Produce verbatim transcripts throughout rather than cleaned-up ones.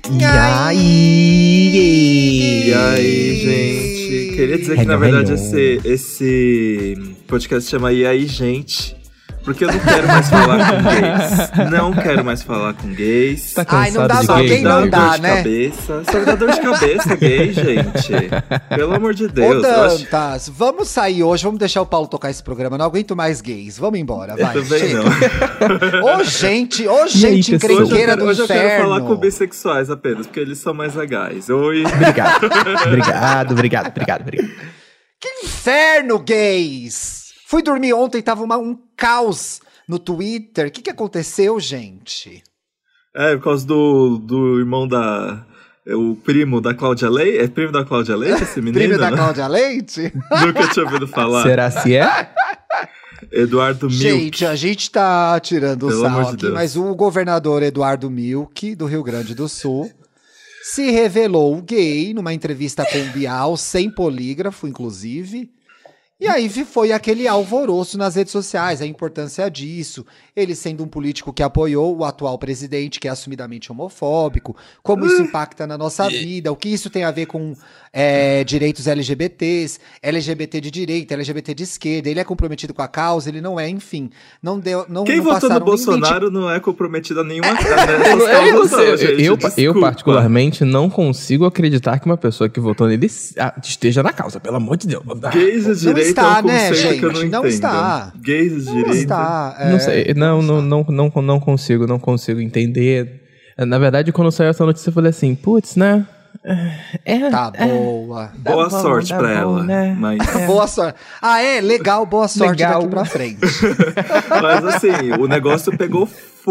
E aí? E aí, gente? Queria dizer que, Hello, na verdade, hello. esse, esse podcast chama E aí, gente? Porque eu não quero mais falar com gays. Não quero mais falar com gays. Tá Ai, não dá cansado de pra gay? alguém não dor dá, de né? cabeça. Só me dá dor de cabeça gay, gente. Pelo amor de Ô, Deus. eu acho- Dantas, vamos sair hoje, vamos deixar o Paulo tocar esse programa. Não aguento mais gays. Vamos embora, vai. Eu também chega. não. Ô, gente, ô, gente pessoal? Hoje eu encrenqueira quero, do hoje eu inferno. quero falar com bissexuais apenas, porque eles são mais legais. Oi. Obrigado, obrigado, obrigado, obrigado, obrigado. Que inferno, gays! Fui dormir ontem, tava uma- um caos no Twitter. O que, que aconteceu, gente? É, por causa do, do irmão da... é o primo da Cláudia Leite? É primo da Cláudia Leite, esse menino? Prêmio da né? Cláudia Leite? Nunca tinha ouvido falar. Será se é? Eduardo Milk. Gente, a gente tá tirando o Pelo sal amor de aqui, Deus. mas o governador Eduardo Milk, do Rio Grande do Sul, se revelou gay numa entrevista com o Bial, sem polígrafo, inclusive. E aí foi aquele alvoroço nas redes sociais, a importância disso, ele sendo um político que apoiou o atual presidente, que é assumidamente homofóbico, como isso impacta na nossa vida, o que isso tem a ver com é, direitos L G B Ts, L G B T de direita, L G B T de esquerda, ele é comprometido com a causa, ele não é, enfim. Não deu, não, Quem não votou no passaram nem Bolsonaro não é comprometido a nenhuma nessas Eu, causas, não, eu, gente. eu, eu, Desculpa. particularmente, não consigo acreditar que uma pessoa que votou nele ah, esteja na causa, pelo amor de Deus. Ah, Gays de direita está, é um né, conceito que eu não gente? Não entendo. está. Gays de Não direita... está, é, Não sei, não, não, está. não, não, não consigo, não consigo entender. Na verdade, quando saiu essa notícia, eu falei assim, putz, né? É, Tá é, boa. tá Boa bom, sorte tá pra bom, ela. né? Mas... Boa sorte. Ah, é? Legal, boa sorte Legal. daqui pra frente. Mas assim, o negócio pegou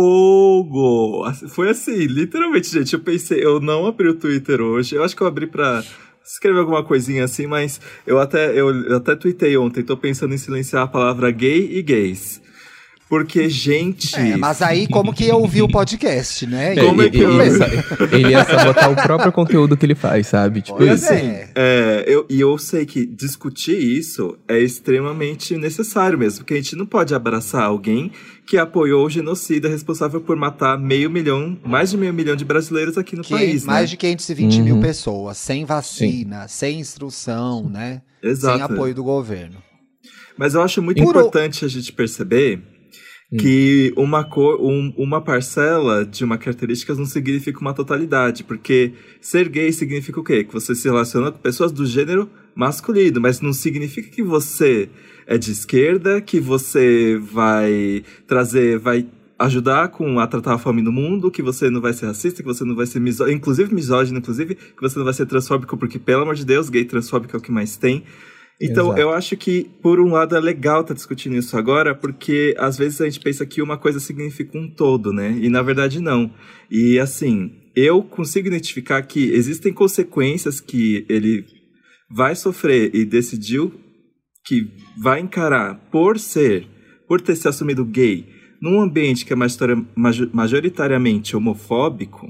fogo. Assim, Foi assim, literalmente, gente. Eu pensei, eu não abri o Twitter hoje. Eu acho que eu abri pra escrever alguma coisinha assim, mas eu até, eu, eu até tuitei ontem. Tô pensando em silenciar a palavra gay e gays. Porque, gente. É, mas aí como que eu ouvi o podcast, né? É, Como é ele, que eu- ele, ia sa- ele ia sabotar o próprio conteúdo que ele faz, sabe? Tipo Pois isso. é. É, eu, e eu sei que discutir isso é extremamente necessário mesmo, porque a gente não pode abraçar alguém que apoiou o genocida responsável por matar meio milhão, mais de meio milhão de brasileiros aqui no Que- país, mais né? de quinhentas e vinte mil Uhum. pessoas, sem vacina, sem instrução, né? Exato. Sem apoio do governo. Mas eu acho muito Por o- importante a gente perceber que uma, cor, um- uma parcela de uma característica não significa uma totalidade, porque ser gay significa o quê? Que você se relaciona com pessoas do gênero masculino, mas não significa que você é de esquerda, que você vai trazer, vai ajudar com a tratar a fome no mundo, que você não vai ser racista, que você não vai ser misógino, inclusive misógino, inclusive, que você não vai ser transfóbico, porque, pelo amor de Deus, gay transfóbico é o que mais tem. Então, Exato. eu acho que, por um lado, é legal estar discutindo isso agora, porque às vezes a gente pensa que uma coisa significa um todo, né? E na verdade não. E assim, eu consigo identificar que existem consequências que ele vai sofrer e decidiu que vai encarar por ser, por ter se assumido gay, num ambiente que é major- major- majoritariamente homofóbico.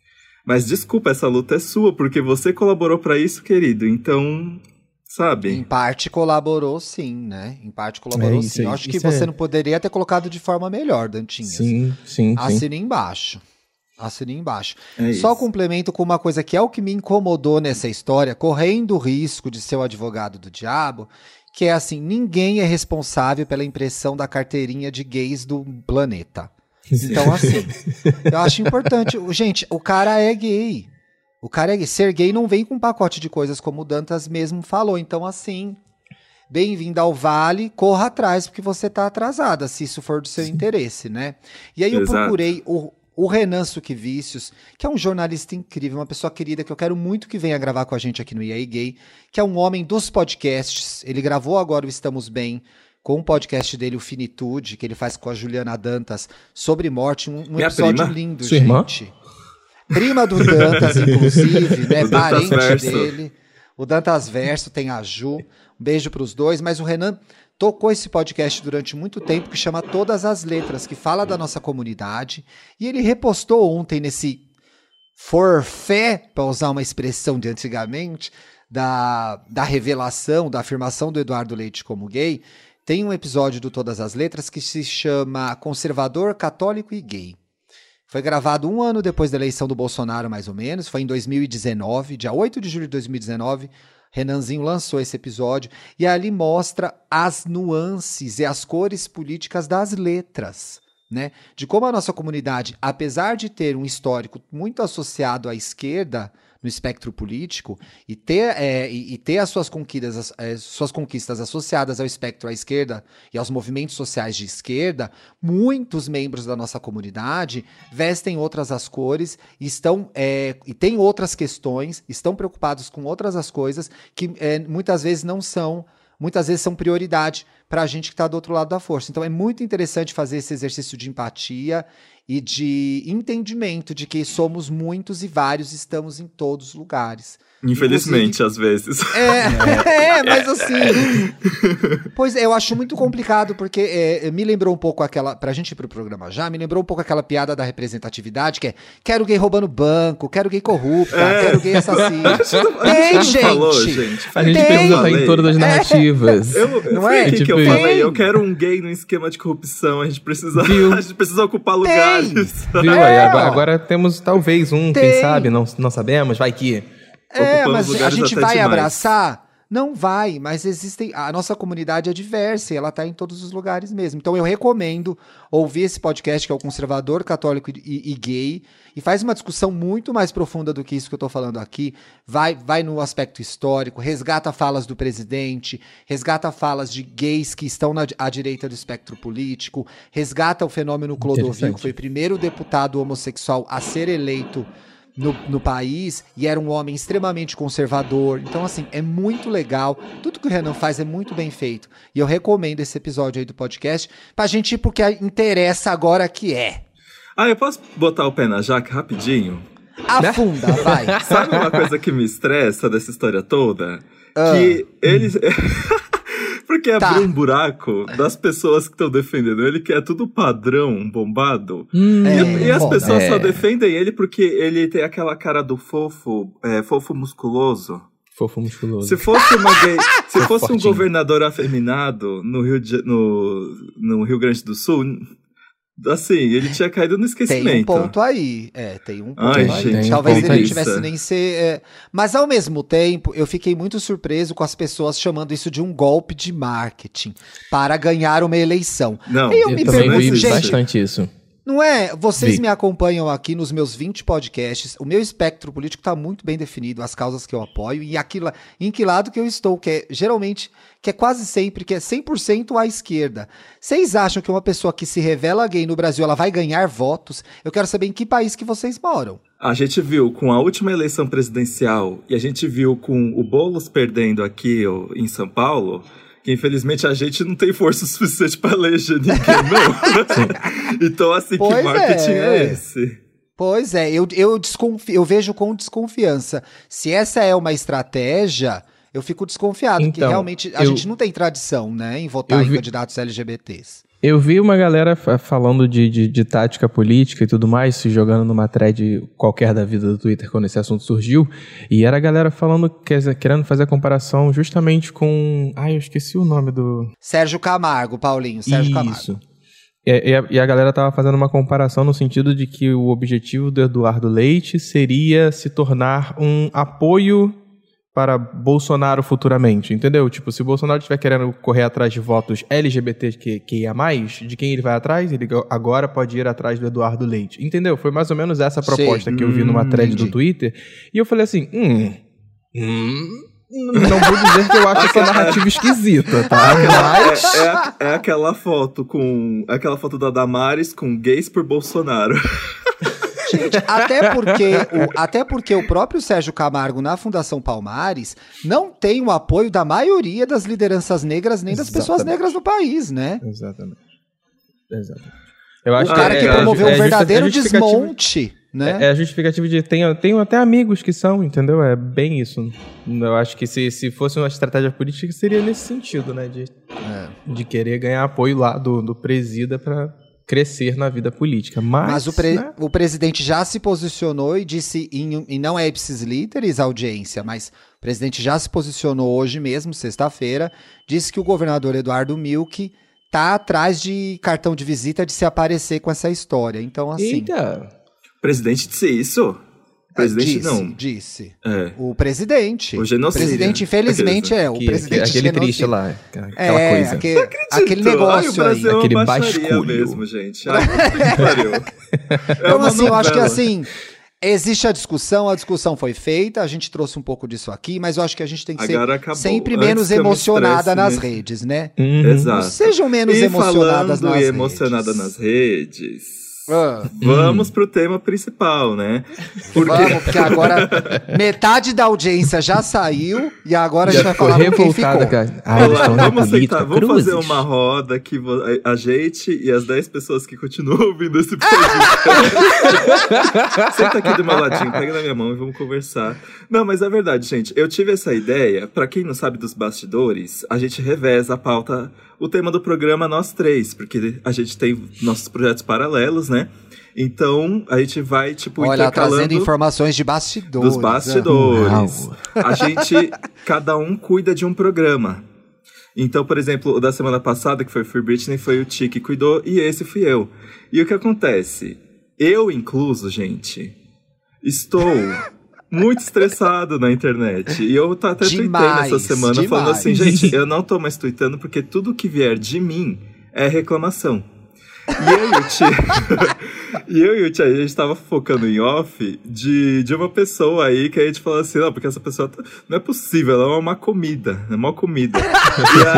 Mas desculpa, essa luta é sua, porque você colaborou pra isso, querido. Então, sabe? Em parte colaborou sim, né? Em parte colaborou É isso sim. Eu aí, acho que isso você é- não poderia ter colocado de forma melhor, Dantinhas. Sim, sim, sim. Assina embaixo. Assina embaixo. É Só isso. complemento com uma coisa que é o que me incomodou nessa história, correndo o risco de ser o advogado do diabo, que é assim, ninguém é responsável pela impressão da carteirinha de gays do planeta. Então, assim, eu acho importante. Gente, o cara é gay. O cara é gay. Ser gay não vem com um pacote de coisas, como o Dantas mesmo falou. Então, assim, bem-vindo ao Vale, corra atrás, porque você tá atrasada, se isso for do seu interesse, né? E aí eu Exato. procurei o, o Renan Suquevicius, que é um jornalista incrível, uma pessoa querida, que eu quero muito que venha gravar com a gente aqui no E aí Gay, que é um homem dos podcasts. Ele gravou agora o Estamos Bem, com o podcast dele, o Finitude, que ele faz com a Juliana Dantas, sobre morte, um, um Minha episódio prima? lindo, Sua irmã? gente. Prima do Dantas, inclusive, né? O Dantas Parente Verso. dele. O Dantas Verso, tem a Ju. Um beijo pros dois. Mas o Renan tocou esse podcast durante muito tempo, que chama Todas as Letras, que fala da nossa comunidade. E ele repostou ontem nesse forfé, para usar uma expressão de antigamente, da, da revelação, da afirmação do Eduardo Leite como gay. Tem um episódio do Todas as Letras que se chama Conservador, Católico e Gay. Foi gravado um ano depois da eleição do Bolsonaro, mais ou menos. Foi em dois mil e dezenove, dia oito de julho de dois mil e dezenove. Renanzinho lançou esse episódio. E ali mostra as nuances e as cores políticas das letras, né? De como a nossa comunidade, apesar de ter um histórico muito associado à esquerda no espectro político e ter, é, e, e ter as suas conquistas, as, é, suas conquistas associadas ao espectro à esquerda e aos movimentos sociais de esquerda, muitos membros da nossa comunidade vestem outras as cores e, estão, é, e têm outras questões, estão preocupados com outras as coisas que é, muitas vezes não são, muitas vezes são prioridade para a gente que está do outro lado da força. Então é muito interessante fazer esse exercício de empatia e de entendimento de que somos muitos e vários, estamos em todos os lugares. Infelizmente, Inclusive, às vezes. É, é, mas assim... Pois é, eu acho muito complicado, porque é, me lembrou um pouco aquela... Pra gente ir pro programa já, me lembrou um pouco aquela piada da representatividade, que é, quero gay roubando banco, quero gay corrupta, É. quero gay assassino. A gente Tem, não gente! falou, gente. A gente Tem. precisa estar em todas as narrativas. Eu, eu Não foi é? aqui Tipo que eu isso. falei, eu quero um gay no esquema de corrupção, a gente precisa, Viu? a gente precisa ocupar Tem. lugares. Viu? É, Aí, agora, ó. agora temos talvez um, Tem. quem sabe, não, não sabemos, vai que... É, Ocupamos mas a lugares gente até vai demais. abraçar? Não vai, mas existem. A nossa comunidade é diversa e ela tá em todos os lugares mesmo. Então eu recomendo ouvir esse podcast, que é o Conservador, Católico e, e Gay, e faz uma discussão muito mais profunda do que isso que eu tô falando aqui. Vai, vai no aspecto histórico, resgata falas do presidente, resgata falas de gays que estão na, à direita do espectro político, resgata o fenômeno Clodovil, que foi o primeiro deputado homossexual a ser eleito No, no país, e era um homem extremamente conservador. Então, assim, é muito legal. Tudo que o Renan faz é muito bem feito. E eu recomendo esse episódio aí do podcast pra gente ir porque interessa agora que é. Ah, eu posso botar o pé na jaca rapidinho? Afunda, vai. Sabe uma coisa que me estressa dessa história toda? Ah. Que eles... Porque Tá. abriu um buraco das pessoas que estão defendendo ele, que é tudo padrão, bombado. Hum, E, É, e as foda. pessoas só É. defendem ele porque ele tem aquela cara do fofo, é, fofo musculoso. Fofo musculoso. Se fosse uma gay, se fosse um Fortinho. governador afeminado no Rio, de, no, no Rio Grande do Sul, assim, ele tinha caído no Tem esquecimento. um ponto aí. É, tem um ponto Ai, aí. gente, Talvez ele não preguiça. tivesse nem ser... é, Mas, ao mesmo tempo, eu fiquei muito surpreso com as pessoas chamando isso de um golpe de marketing para ganhar uma eleição. Não, Eu Eu me também pergunto, vi gente, bastante isso. Não é? Vocês Vi. me acompanham aqui nos meus vinte podcasts. O meu espectro político está muito bem definido, as causas que eu apoio e aquilo, em que lado que eu estou, que é geralmente, que é quase sempre, que é cem por cento à esquerda. Vocês acham que uma pessoa que se revela gay no Brasil, ela vai ganhar votos? Eu quero saber em que país que vocês moram. a gente viu com a última eleição presidencial e a gente viu com o Boulos perdendo aqui ó, em São Paulo, que infelizmente a gente não tem força suficiente para eleger ninguém, não. Então, assim, Pois que marketing é. é esse? Pois é, eu, eu, desconfi- eu vejo com desconfiança. Se essa é uma estratégia, eu fico desconfiado, porque Então, realmente a eu- gente não tem tradição, né, em votar eu em vi- candidatos L G B Ts. Eu vi uma galera fa- falando de, de, de tática política e tudo mais, se jogando numa thread qualquer da vida do Twitter quando esse assunto surgiu, e era a galera falando, quer- querendo fazer a comparação justamente com... Ai, eu esqueci o nome do... Sérgio Camargo, Paulinho, Sérgio Camargo. Isso. E, e a, e a galera tava fazendo uma comparação no sentido de que o objetivo do Eduardo Leite seria se tornar um apoio para Bolsonaro futuramente, entendeu? Tipo, se o Bolsonaro estiver querendo correr atrás de votos L G B T Q I A mais, de quem ele vai atrás? Ele agora pode ir atrás do Eduardo Leite. Entendeu? Foi mais ou menos essa a proposta Sei. que eu vi numa thread Entendi. do Twitter. E eu falei assim, hum... hum não vou dizer que eu acho essa narrativa esquisita, tá? Mas... É, é, a- é aquela foto com... Aquela foto da Damares com gays por Bolsonaro. Gente, até porque, o, até porque o próprio Sérgio Camargo na Fundação Palmares não tem o apoio da maioria das lideranças negras nem das pessoas Exatamente. negras no país, né? Exatamente. Exatamente. Eu O acho cara é- que é- promoveu é um justa- verdadeiro é justificativa- desmonte, né? É, é a justificativa de... Tenho, tenho até amigos que são, entendeu? É bem isso. Eu acho que se, se fosse uma estratégia política, seria nesse sentido, né? De, de querer ganhar apoio lá do, do presida para crescer na vida política. Mas, Mas o, pre- né? o presidente já se posicionou e disse, em, e não é ipsis literis a audiência, mas o presidente já se posicionou hoje mesmo, sexta-feira, disse que o governador Eduardo Milk tá atrás de cartão de visita de se aparecer com essa história. Então, assim, Eita! Presidente disse isso? Presidente disse, não. Disse. É. O presidente. O O genocídio. presidente, infelizmente, é. O Que- presidente aquele genocida. triste lá. Aquela É, coisa. aquele, aquele Ai, o negócio aí. Brasil é uma Aquele baixaria basculho. mesmo, gente. Ai, que pariu. É Então, uma assim, eu acho que novela. assim, existe a discussão, a discussão foi feita, a gente trouxe um pouco disso aqui, mas eu acho que a gente tem que ser Agora acabou. sempre Antes menos que eu me emocionada estresse, nas né? redes, né? Uhum. Exato. Sejam menos e emocionadas falando nas e redes. emocionada nas redes, Ah, vamos pro tema principal, né? Porque vamos, porque agora metade da audiência já saiu e agora a gente vai ficou falar com quem ficou. revoltada, cara. Ah, Vamos eles lá, estão na vamos política, sentar, vamos cruzes. fazer uma roda que vo- a gente e as dez pessoas que continuam ouvindo esse podcast. Senta aqui do meu ladinho, pega na minha mão e vamos conversar. Não, mas é verdade, gente. Eu tive essa ideia, pra quem não sabe dos bastidores, a gente reveza a pauta, o tema do programa nós três, porque a gente tem nossos projetos paralelos, né? Então, a gente vai, tipo, Olha, trazendo intercalando informações de bastidores. dos bastidores. Uau. A gente, cada um cuida de um programa. Então, por exemplo, o da semana passada, que foi Free Britney, foi o Ti que cuidou, e esse fui eu. E o que acontece? Eu, incluso, gente, estou muito estressado na internet. E eu até tuitei Demais, nessa semana demais. falando assim, gente, eu não tô mais tuitando porque tudo que vier de mim é reclamação. E eu e o Ti, e eu e o Ti, a gente tava focando em off de, de uma pessoa aí que a gente falou assim, não, porque essa pessoa tá- não é possível, ela é uma má comida, é má comida. E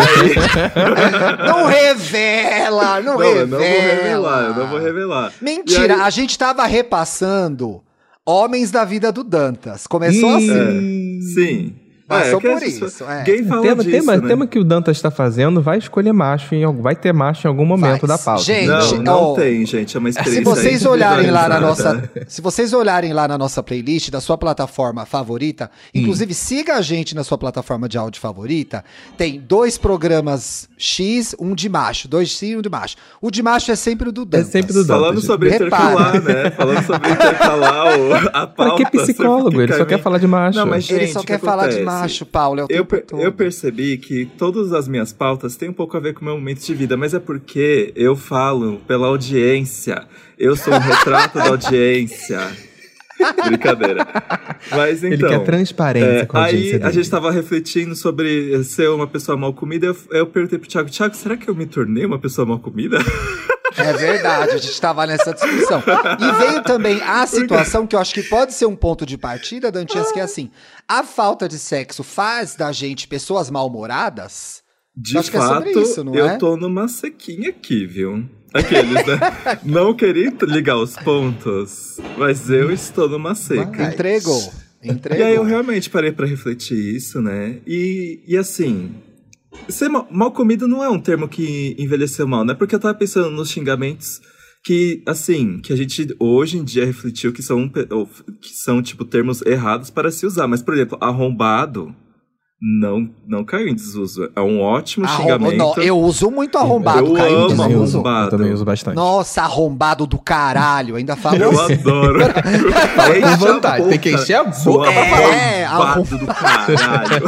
aí... Não revela, não, Não, eu revela. não vou revelar, eu não vou revelar. Mentira, E aí- a gente tava repassando Homens da Vida do Dantas. Começou Ih, assim. É, sim. Passou que por a gente- isso, é. Gay fala tema, disso, tema, né? tema que o Dantas está fazendo vai escolher macho em algum, vai ter macho em algum momento Vai. da pauta. Gente, Não, não ó, tem, gente, é uma experiência Se vocês olharem lá na individualizada. nossa, se vocês olharem lá na nossa playlist da sua plataforma favorita, inclusive siga a gente na sua plataforma de áudio favorita, tem dois programas X, um de macho, dois X e um de macho. O de macho é sempre o do É Dantas. sempre do Dantas. Falando sobre Repara. intercalar, né? Falando sobre intercalar o, a pauta. Pra que psicólogo? Ele só quer falar de macho. Não, mas, Ele gente, só o que quer falar de acontece? macho, Paulo, é o Eu, tempo per- todo. eu percebi que todas as minhas pautas têm um pouco a ver com o meu momento de vida, mas é porque eu falo pela audiência. Eu sou um retrato da audiência. Brincadeira. Mas então... Ele quer transparência é, com a audiência aí a dele. gente tava refletindo sobre ser uma pessoa mal comida. Eu, eu perguntei pro Thiago, Thiago, será que eu me tornei uma pessoa mal comida? É verdade, a gente tava nessa discussão. E veio também a situação que eu acho que pode ser um ponto de partida, Dantinhas, que é assim, a falta de sexo faz da gente pessoas mal-humoradas? De Acho que é fato, sobre isso, não eu é? tô numa sequinha aqui, viu? Aqueles, né? Não queria ligar os pontos, mas eu estou numa seca. Entregou, entregou. E aí eu realmente parei pra refletir isso, né? E, e assim, ser mal, mal comido não é um termo que envelheceu mal, né? Porque eu tava pensando nos xingamentos que, assim, que a gente hoje em dia refletiu que são, ou, que são tipo, termos errados para se usar. Mas, por exemplo, arrombado não, não caiu em desuso. É um ótimo Arrom- xingamento. Não, eu uso muito arrombado, Eu caiu em amo Eu também uso, desuso. arrombado. eu também uso bastante. Nossa, arrombado do caralho, ainda falo Eu assim. adoro. Fala Enche com a vontade, tem que boca, encher a sua boca pra falar. É, arrombado do caralho.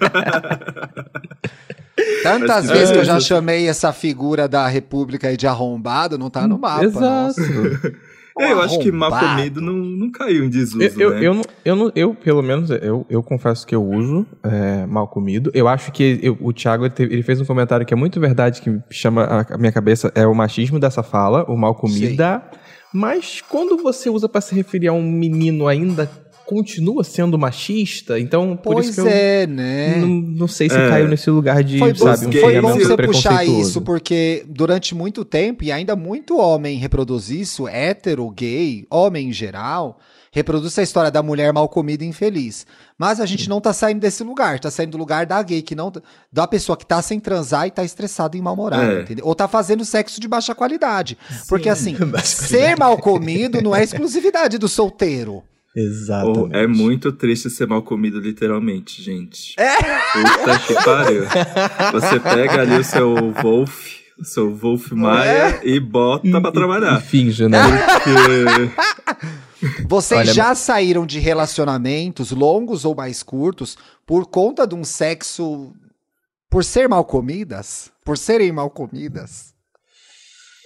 Tantas Mas, vezes é, que eu já isso- chamei essa figura da República aí de arrombado, não tá no mapa. Exato. nossa. É, eu acho que mal Arrombado. comido não, não caiu em desuso, Eu, eu, né? eu, não- eu, não- eu, pelo menos, eu, eu confesso que eu uso é, mal comido. Eu acho que eu- o Thiago ele, teve- ele fez um comentário que é muito verdade, que chama a, a minha cabeça, é o machismo dessa fala, o mal comida. Mas quando você usa pra se referir a um menino ainda, continua sendo machista, então por Pois isso que eu é, né? não, não sei se É. caiu nesse lugar de, Foi bom, sabe, um gays, foi bom xingamento você puxar preconceituoso. isso, porque durante muito tempo, e ainda muito homem reproduz isso, hétero, gay, homem em geral, reproduz essa história da mulher mal comida e infeliz. Mas a gente não tá saindo desse lugar, tá saindo do lugar da gay, que não, da pessoa que tá sem transar e tá estressada e mal-humorada, É. entendeu? Ou tá fazendo sexo de baixa qualidade. Porque assim, ser mal comido não é exclusividade do solteiro. Oh, Exatamente. é muito triste ser mal comido, literalmente, gente. É. Puta que pariu. Você pega ali o seu Wolf, o seu Wolf Maia e bota pra E trabalhar. finge, né? Porque... Vocês Olha, já saíram de relacionamentos longos ou mais curtos por conta de um sexo por ser mal comidas? Por serem mal comidas?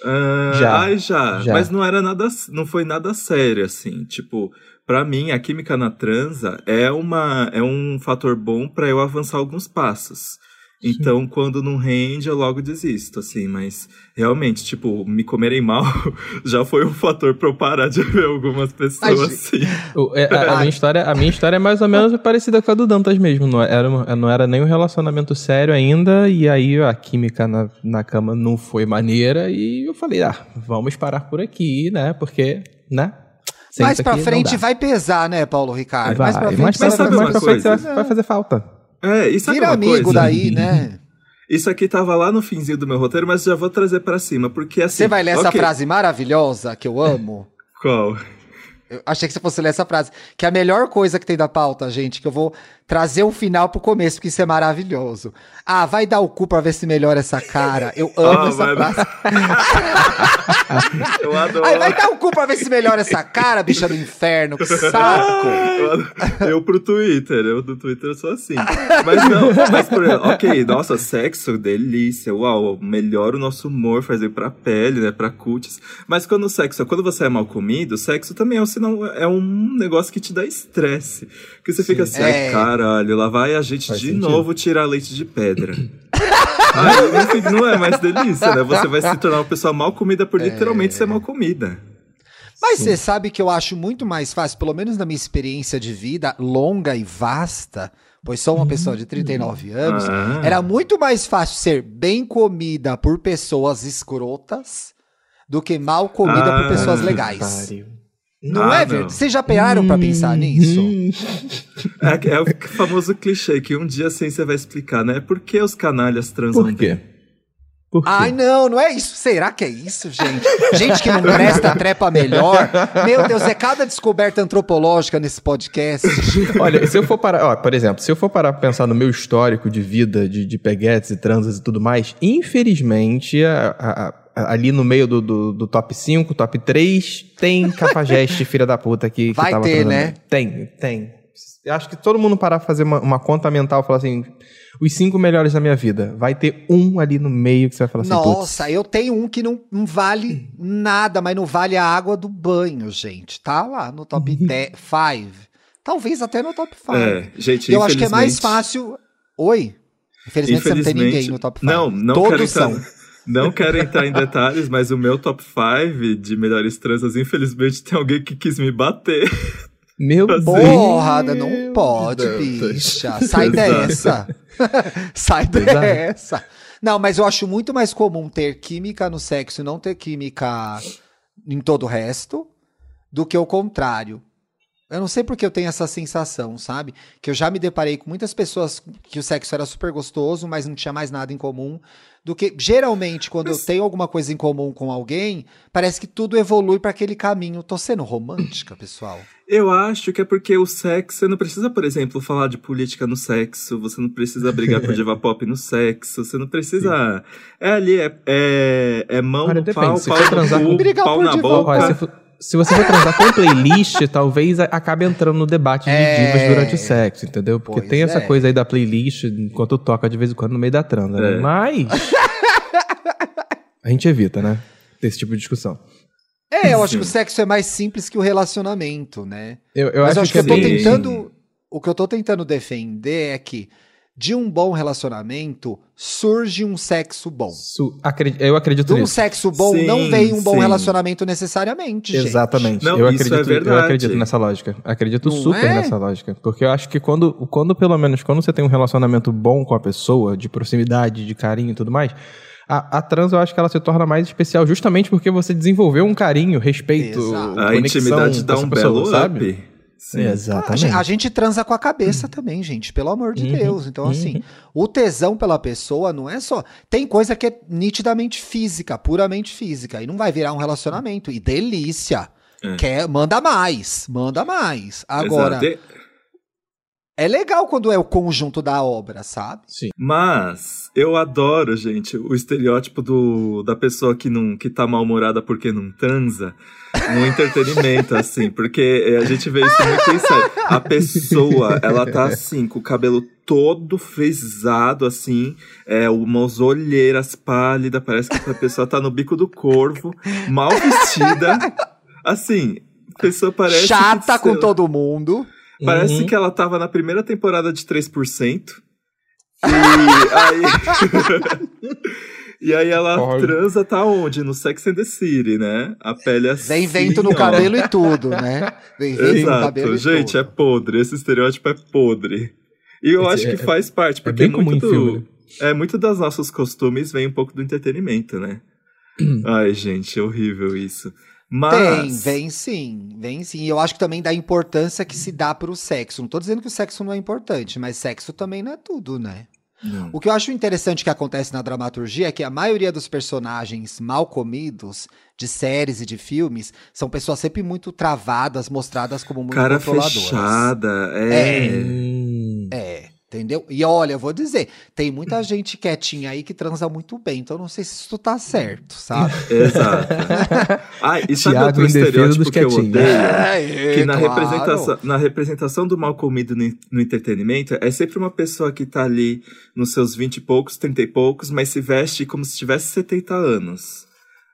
Uh, Já, ai, já. já. Mas não era nada, não foi nada sério, assim. Tipo, pra mim, a química na transa é, uma, é um fator bom pra eu avançar alguns passos. Então, Sim. quando não rende, eu logo desisto, assim. Mas, realmente, tipo, me comerem mal já foi um fator pra eu parar de ver algumas pessoas, Ai, assim. O, é, a, a, minha história, a minha história é mais ou menos parecida com a do Dantas mesmo. Não era, não era nem um relacionamento sério ainda. E aí, a química na, na cama não foi maneira. E eu falei, ah, vamos parar por aqui, né? Porque, né? Senta mais pra frente vai pesar, né, Paulo Ricardo? Vai, mais pra frente, mais pra, sabe mais pra frente coisa? vai, vai fazer falta. É, isso é Vira uma amigo coisa. daí, né? Isso aqui tava lá no finzinho do meu roteiro, mas já vou trazer pra cima, porque assim... Você vai ler essa okay. frase maravilhosa que eu amo? Qual? Eu achei que você fosse ler essa frase. Que é a melhor coisa que tem da pauta, gente, que eu vou trazer o final pro começo, porque isso é maravilhoso. Ah, vai dar o cu pra ver se melhora essa cara. Eu amo ah, essa frase. Eu adoro. Ai, vai dar o cu pra ver se melhora essa cara, bicha do inferno, que saco. Eu, eu pro Twitter, eu do Twitter eu sou assim. Mas não, mas por ok, nossa, sexo, delícia, uau, melhora o nosso humor, faz bem pra pele, né, pra cutis. Mas quando o sexo, quando você é mal comido, o sexo também é um, sinal, é um negócio que te dá estresse. Porque você Sim. fica assim, é. ai, caralho, lá vai a gente faz de sentido. novo tirar leite de pedra. Aí, não é mais delícia, né? Você vai se tornar uma pessoa mal comida por literalmente é. ser mal comida. Mas você sabe que eu acho muito mais fácil, pelo menos na minha experiência de vida longa e vasta, pois sou uma pessoa de trinta e nove anos, ah. era muito mais fácil ser bem comida por pessoas escrotas do que mal comida ah, por pessoas legais. Pariu. Não ah, é verdade? Vocês já pararam hum, pra pensar nisso? É, é o famoso clichê que um dia assim você vai explicar, né? Por que os canalhas transam? Por quê? Por quê? Ai, não, não é isso. Será que é isso, gente? Gente que não presta trepa melhor. Meu Deus, é cada descoberta antropológica nesse podcast. Olha, se eu for parar, ó, por exemplo, se eu for parar pra pensar no meu histórico de vida, de, de peguetes e transas e tudo mais, infelizmente, a, a ali no meio do, do, do top cinco, top três, tem cafajeste, filha da puta que, que Vai tava ter, né? Tem, tem. Eu acho que todo mundo parar pra fazer uma, uma conta mental e falar assim, os cinco melhores da minha vida. Vai ter um ali no meio que você vai falar assim, nossa, eu tenho um que não, não vale nada, mas não vale a água do banho, gente. Tá lá no top cinco. Talvez até no top cinco. É, gente, eu acho que é mais fácil... Oi? Infelizmente, infelizmente você não tem ninguém no top cinco. Não, não Todos quero são. Entrar... Não quero entrar em detalhes, mas o meu top cinco de melhores transas, infelizmente, tem alguém que quis me bater. Meu Deus! Porrada, não pode, bicha. Sai dessa. Sai dessa. Não, mas eu acho muito mais comum ter química no sexo e não ter química em todo o resto do que o contrário. Eu não sei porque eu tenho essa sensação, sabe? Que eu já me deparei com muitas pessoas que o sexo era super gostoso, mas não tinha mais nada em comum. Do que, geralmente, quando mas... eu tenho alguma coisa em comum com alguém, parece que tudo evolui para aquele caminho. Tô sendo romântica, pessoal? Eu acho que é porque o sexo, você não precisa, por exemplo, falar de política no sexo, você não precisa brigar por diva pop no sexo, você não precisa... Sim. É ali, é, é, é mão Olha, no depende. pau, Se pau for transar no cu, com... pau na boca... Olha, se, for, se você for transar com playlist, talvez acabe entrando no debate de é... divas durante o sexo, entendeu? Porque pois tem essa é. coisa aí da playlist, enquanto toca de vez em quando no meio da transa, né? É. Mas... a gente evita, né? Ter esse tipo de discussão. É, eu acho que o sexo é mais simples que o relacionamento, né? Eu, eu Mas acho, acho que, que, eu é tô bem... tentando... O que eu tô tentando defender é que de um bom relacionamento surge um sexo bom. Su- acred... Eu acredito De um nisso. sexo bom Sim, não vem um bom sim. relacionamento necessariamente, gente. Exatamente. Não, eu, isso acredito, é verdade. eu acredito nessa lógica. Acredito Não super é? nessa lógica. Porque eu acho que quando, quando, pelo menos, quando você tem um relacionamento bom com a pessoa, de proximidade, de carinho e tudo mais, a, a trans eu acho que ela se torna mais especial justamente porque você desenvolveu um carinho, respeito, Exato. A conexão intimidade dá com essa um pessoa, belo sabe? up. Sim. Ah, a, Exatamente. gente, a gente transa com a cabeça também, gente, pelo amor de Uhum, Deus. Então, uhum. assim, o tesão pela pessoa não é só... Tem coisa que é nitidamente física, puramente física, e não vai virar um relacionamento. E delícia. É. Quer, manda mais, manda mais. Agora, Exato. é legal quando é o conjunto da obra, sabe? Sim. Mas eu adoro, gente, o estereótipo do, da pessoa que, não, que tá mal-humorada porque não transa no entretenimento, assim, porque a gente vê isso muito em sério. A pessoa, ela tá assim, com o cabelo todo frisado, assim, é, umas olheiras pálidas, parece que a pessoa tá no bico do corvo, mal vestida, assim, a pessoa parece... Chata que, com todo mundo. Parece Uhum. que ela tava na primeira temporada de três por cento, e aí... E aí ela Olha. transa tá onde? No Sex and the City, né? A pele assim, Vem vento no ó. cabelo e tudo, né? Vem vento no cabelo Exato, e gente, tudo. é podre, esse estereótipo é podre. E eu Esse acho é- que faz parte, porque bem comum muito em do, filme, né? é, muito das nossos costumes vem um pouco do entretenimento, né? Ai, gente, é horrível isso. Mas... Tem, vem sim, vem sim. E eu acho que também dá importância que se dá pro sexo. Não tô dizendo que o sexo não é importante, mas sexo também não é tudo, né? Não. O que eu acho interessante que acontece na dramaturgia é que a maioria dos personagens mal comidos de séries e de filmes são pessoas sempre muito travadas, mostradas como muito Cara controladoras. fechada, é... Hum. É, entendeu? E olha, eu vou dizer, tem muita gente quietinha aí que transa muito bem, então eu não sei se isso tá certo, sabe? Exato. Ah, e sabe Thiago outro em defesa estereótipo dos que eu quietinhos. odeio? É, Que na, claro. representação, na representação do mal comido no, no entretenimento, é sempre uma pessoa que tá ali nos seus vinte e poucos, trinta e poucos, mas se veste como se tivesse setenta anos.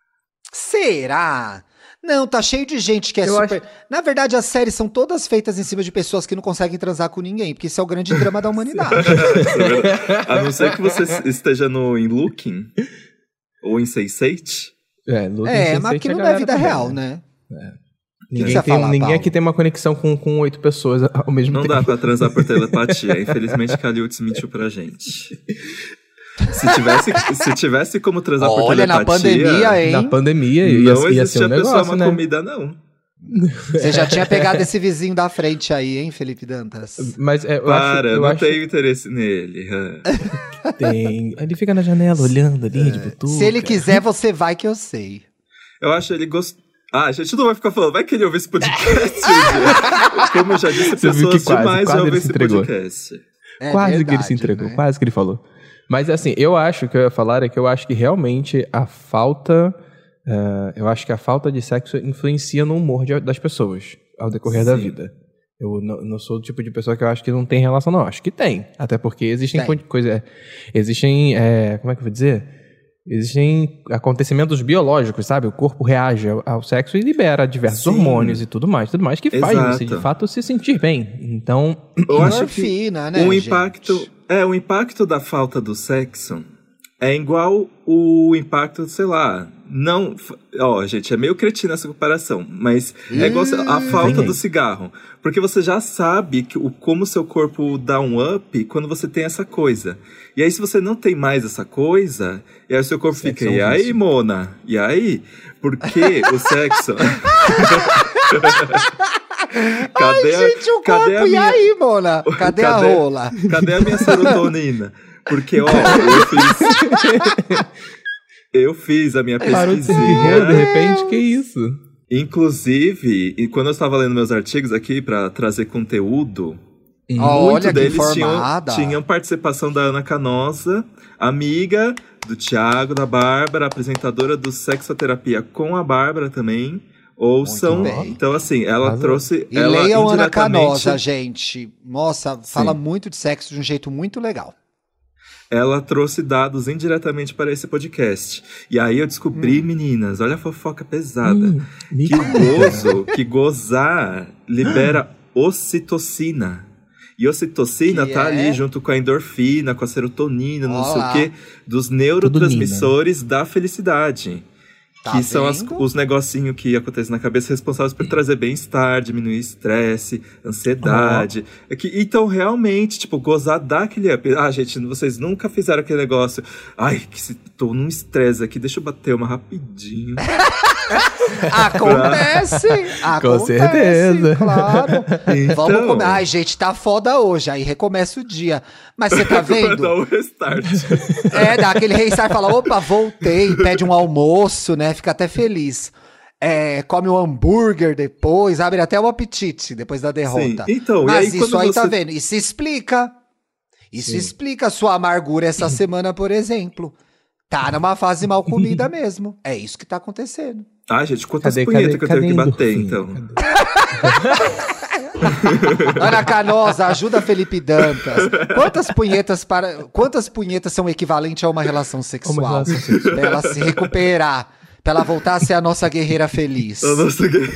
Será? Não, tá cheio de gente que é Eu super... Na verdade, as séries são todas feitas em cima de pessoas que não conseguem transar com ninguém, porque isso é o grande drama da humanidade. A não ser que você esteja no, em Looking ou em Sense eight. É, Looking É, Sense mas eight que a não é galera vida também, real, né? né? Ninguém, você tem, fala, ninguém Paulo? aqui tem uma conexão com, com oito pessoas ao mesmo Não tempo. dá pra transar por telepatia. Infelizmente, Caliutes mentiu pra gente. Se tivesse, se tivesse como transar por Olha, na telepatia... pandemia, hein? Na pandemia ia, Não ia existia ser um pessoa negócio, uma né? comida, não. Você já tinha pegado esse vizinho da frente aí, hein, Felipe Dantas? Mas é, eu Para, acho, eu eu não acho tenho interesse nele. que tem. Ele fica na janela olhando ali, de butuca. Se ele quiser, você vai que eu sei. Eu acho ele gost... Ah, a gente não vai ficar falando, vai querer ouvir esse podcast. gente. Como eu já disse, Você viu pessoas que quase, demais quase já ouvem ele se esse entregou. podcast. É quase que ele verdade, se entregou, né? quase que ele falou. Mas assim, eu acho que eu ia falar é que eu acho que realmente a falta. eh, eu acho que a falta de sexo influencia no humor de- das pessoas ao decorrer da Sim. vida. Eu não, não sou o tipo de pessoa que eu acho que não tem relação, não. Acho que tem. Até porque existem Tem. coisas. Existem. eh, como é que eu vou dizer? Existem acontecimentos biológicos, sabe? O corpo reage ao, ao sexo e libera diversos Sim. hormônios e tudo mais, tudo mais que faz Exato. você de fato se sentir bem. Então, Eu acho que Endorfina, né, o gente? impacto, é, o impacto da falta do sexo é igual o impacto, sei lá, não, ó, gente, é meio cretina essa comparação, mas é igual a falta vem do aí. cigarro, porque você já sabe que o como o seu corpo dá um up quando você tem essa coisa. E aí se você não tem mais essa coisa, e aí o seu corpo Sexo fica, é um e aí, vício." Mona? E aí? Porque o sexo Cadê a- Gente, o cadê corpo, a e minha- aí, Mona? Cadê, a Cadê- rola? Cadê a minha serotonina? Porque, ó, eu fiz. Eu fiz a minha parou de ser guerreiro, de pesquisinha. repente, que isso? Inclusive, e quando eu estava lendo meus artigos aqui para trazer conteúdo, Olha muito que deles tinham, informada. tinham participação da Ana Canosa, amiga do Thiago, da Bárbara, apresentadora do Sexoterapia com a Bárbara também. Ouçam. Muito bem. Então, assim, ela Arrasou. trouxe. E ela leiam Ana indiretamente- Canosa, gente. Nossa, fala muito de sexo de um jeito muito legal. Ela trouxe dados indiretamente para esse podcast. E aí eu descobri, meninas, olha a fofoca pesada, Hum, me que conta. gozo, que gozar libera ocitocina. E ocitocina Que tá é? ali junto com a endorfina, com a serotonina, não sei Olá. o quê, dos neurotransmissores da felicidade. Tá que são as- vendo? os negocinhos que acontecem na cabeça responsáveis por trazer bem-estar, diminuir estresse, ansiedade. É que, então, realmente, tipo, gozar dá aquele up. Ah, gente, vocês nunca fizeram aquele negócio. Ai, que se tô num estresse aqui, deixa eu bater uma rapidinho. Acontece! acontece, certeza. Claro. Então- Vamos comer. Ai, gente, tá foda hoje. Aí recomeça o dia. Mas você tá pra vendo? dar o restart. É, dá aquele restart, fala, opa, voltei, pede um almoço, né? Fica até feliz. É, come um hambúrguer depois, abre até o apetite depois da derrota. Sim, então, e Mas aí isso quando aí tá você- vendo? Isso explica. Isso Sim. explica a sua amargura essa semana, por exemplo. Tá numa fase mal comida mesmo. É isso que tá acontecendo. Ah, gente, quantas Cadê, punhetas cadê, que eu cadê tenho que bater, endorfina? então? Cadê? Ana Canosa, ajuda Felipe Dantas. Quantas punhetas para, quantas punhetas são equivalentes a uma relação sexual? Uma relação sexual. Pra ela se recuperar, pra ela voltar a ser a nossa guerreira feliz. A nossa guerreira.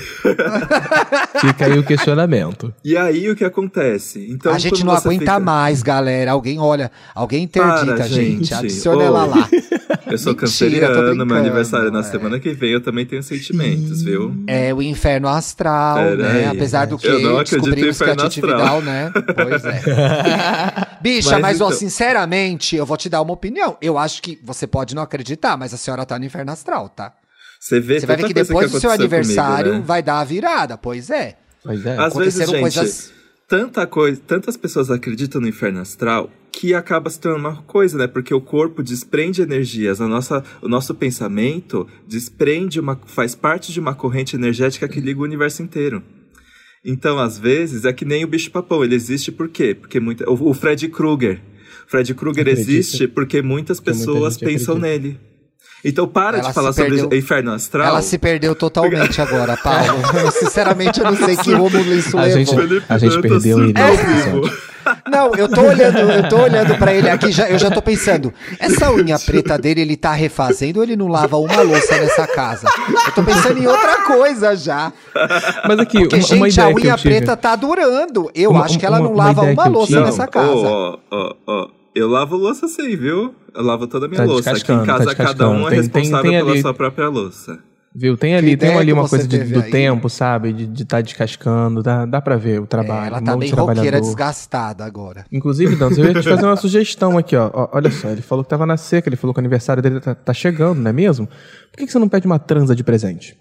Fica aí o questionamento. E aí, o que acontece? Então, a gente quando não você aguenta fica... mais, galera. Alguém, olha, alguém interdita, Para, gente. gente. Adiciona Ô. ela lá. Eu sou Mentira, tô canceriano, meu brincando, aniversário é na é. semana que vem, eu também tenho sentimentos, viu? É o inferno astral, Pera né? aí. Apesar do que Eu não acredito em descobrimos que a inferno Titi astral. Vidal, né? Pois é. Bicha, Mas mas, ó, então- sinceramente, eu vou te dar uma opinião. Eu acho que você pode não acreditar, mas a senhora tá no inferno astral, tá? Você vê Você vai ver tanta que coisa depois do seu aconteceu aniversário comigo, né? vai dar a virada, pois é. Pois é. Às vezes, Aconteceram gente, coisas- tanta coisa, tantas pessoas acreditam no inferno astral que acaba se tornando uma coisa, né? Porque o corpo desprende energias, a nossa, o nosso pensamento desprende uma, faz parte de uma corrente energética que liga o universo inteiro. Então, às vezes, é que nem o bicho-papão, ele existe por quê? Porque muita, o, o Fred Krueger. Fred Krueger Acredita. existe porque muitas Porque muita pessoas gente pensam acredita. nele. Então, para Ela de falar se sobre perdeu. inferno astral. Ela se perdeu totalmente agora, Paulo. Eu, sinceramente, eu não sei que rumo isso A levou. gente, Felipe a gente Dantas perdeu o surtou início ao do vivo. episódio. Não, eu tô olhando, eu tô olhando pra ele aqui, já, eu já tô pensando, essa unha preta dele, ele tá refazendo ou ele não lava uma louça nessa casa? Eu tô pensando em outra coisa já. Mas aqui, Porque, uma, uma gente, a ideia que unha eu tive. preta tá durando. Eu Uma- acho que ela uma- não uma lava ideia uma que eu louça tive. nessa Não, casa. ó, ó, ó. Eu lavo louça sim, viu? Eu lavo toda a minha Tá louça. Aqui em descascando, tá casa, cada um descascando. é Tem- tem- responsável tem pela ali- sua própria louça. Viu? Tem ali, tem ideia ali que uma você coisa de- teve do aí. tempo, sabe? De estar tá descascando. Dá, dá pra ver o É, trabalho. ela um tá monte bem de roqueira, trabalhador. desgastada agora. Inclusive, Dantas, eu ia te fazer uma sugestão aqui, ó. Ó, olha só, ele falou que tava na seca, ele falou que o aniversário dele tá, tá chegando, não é mesmo? Por que, que você não pede uma transa de presente?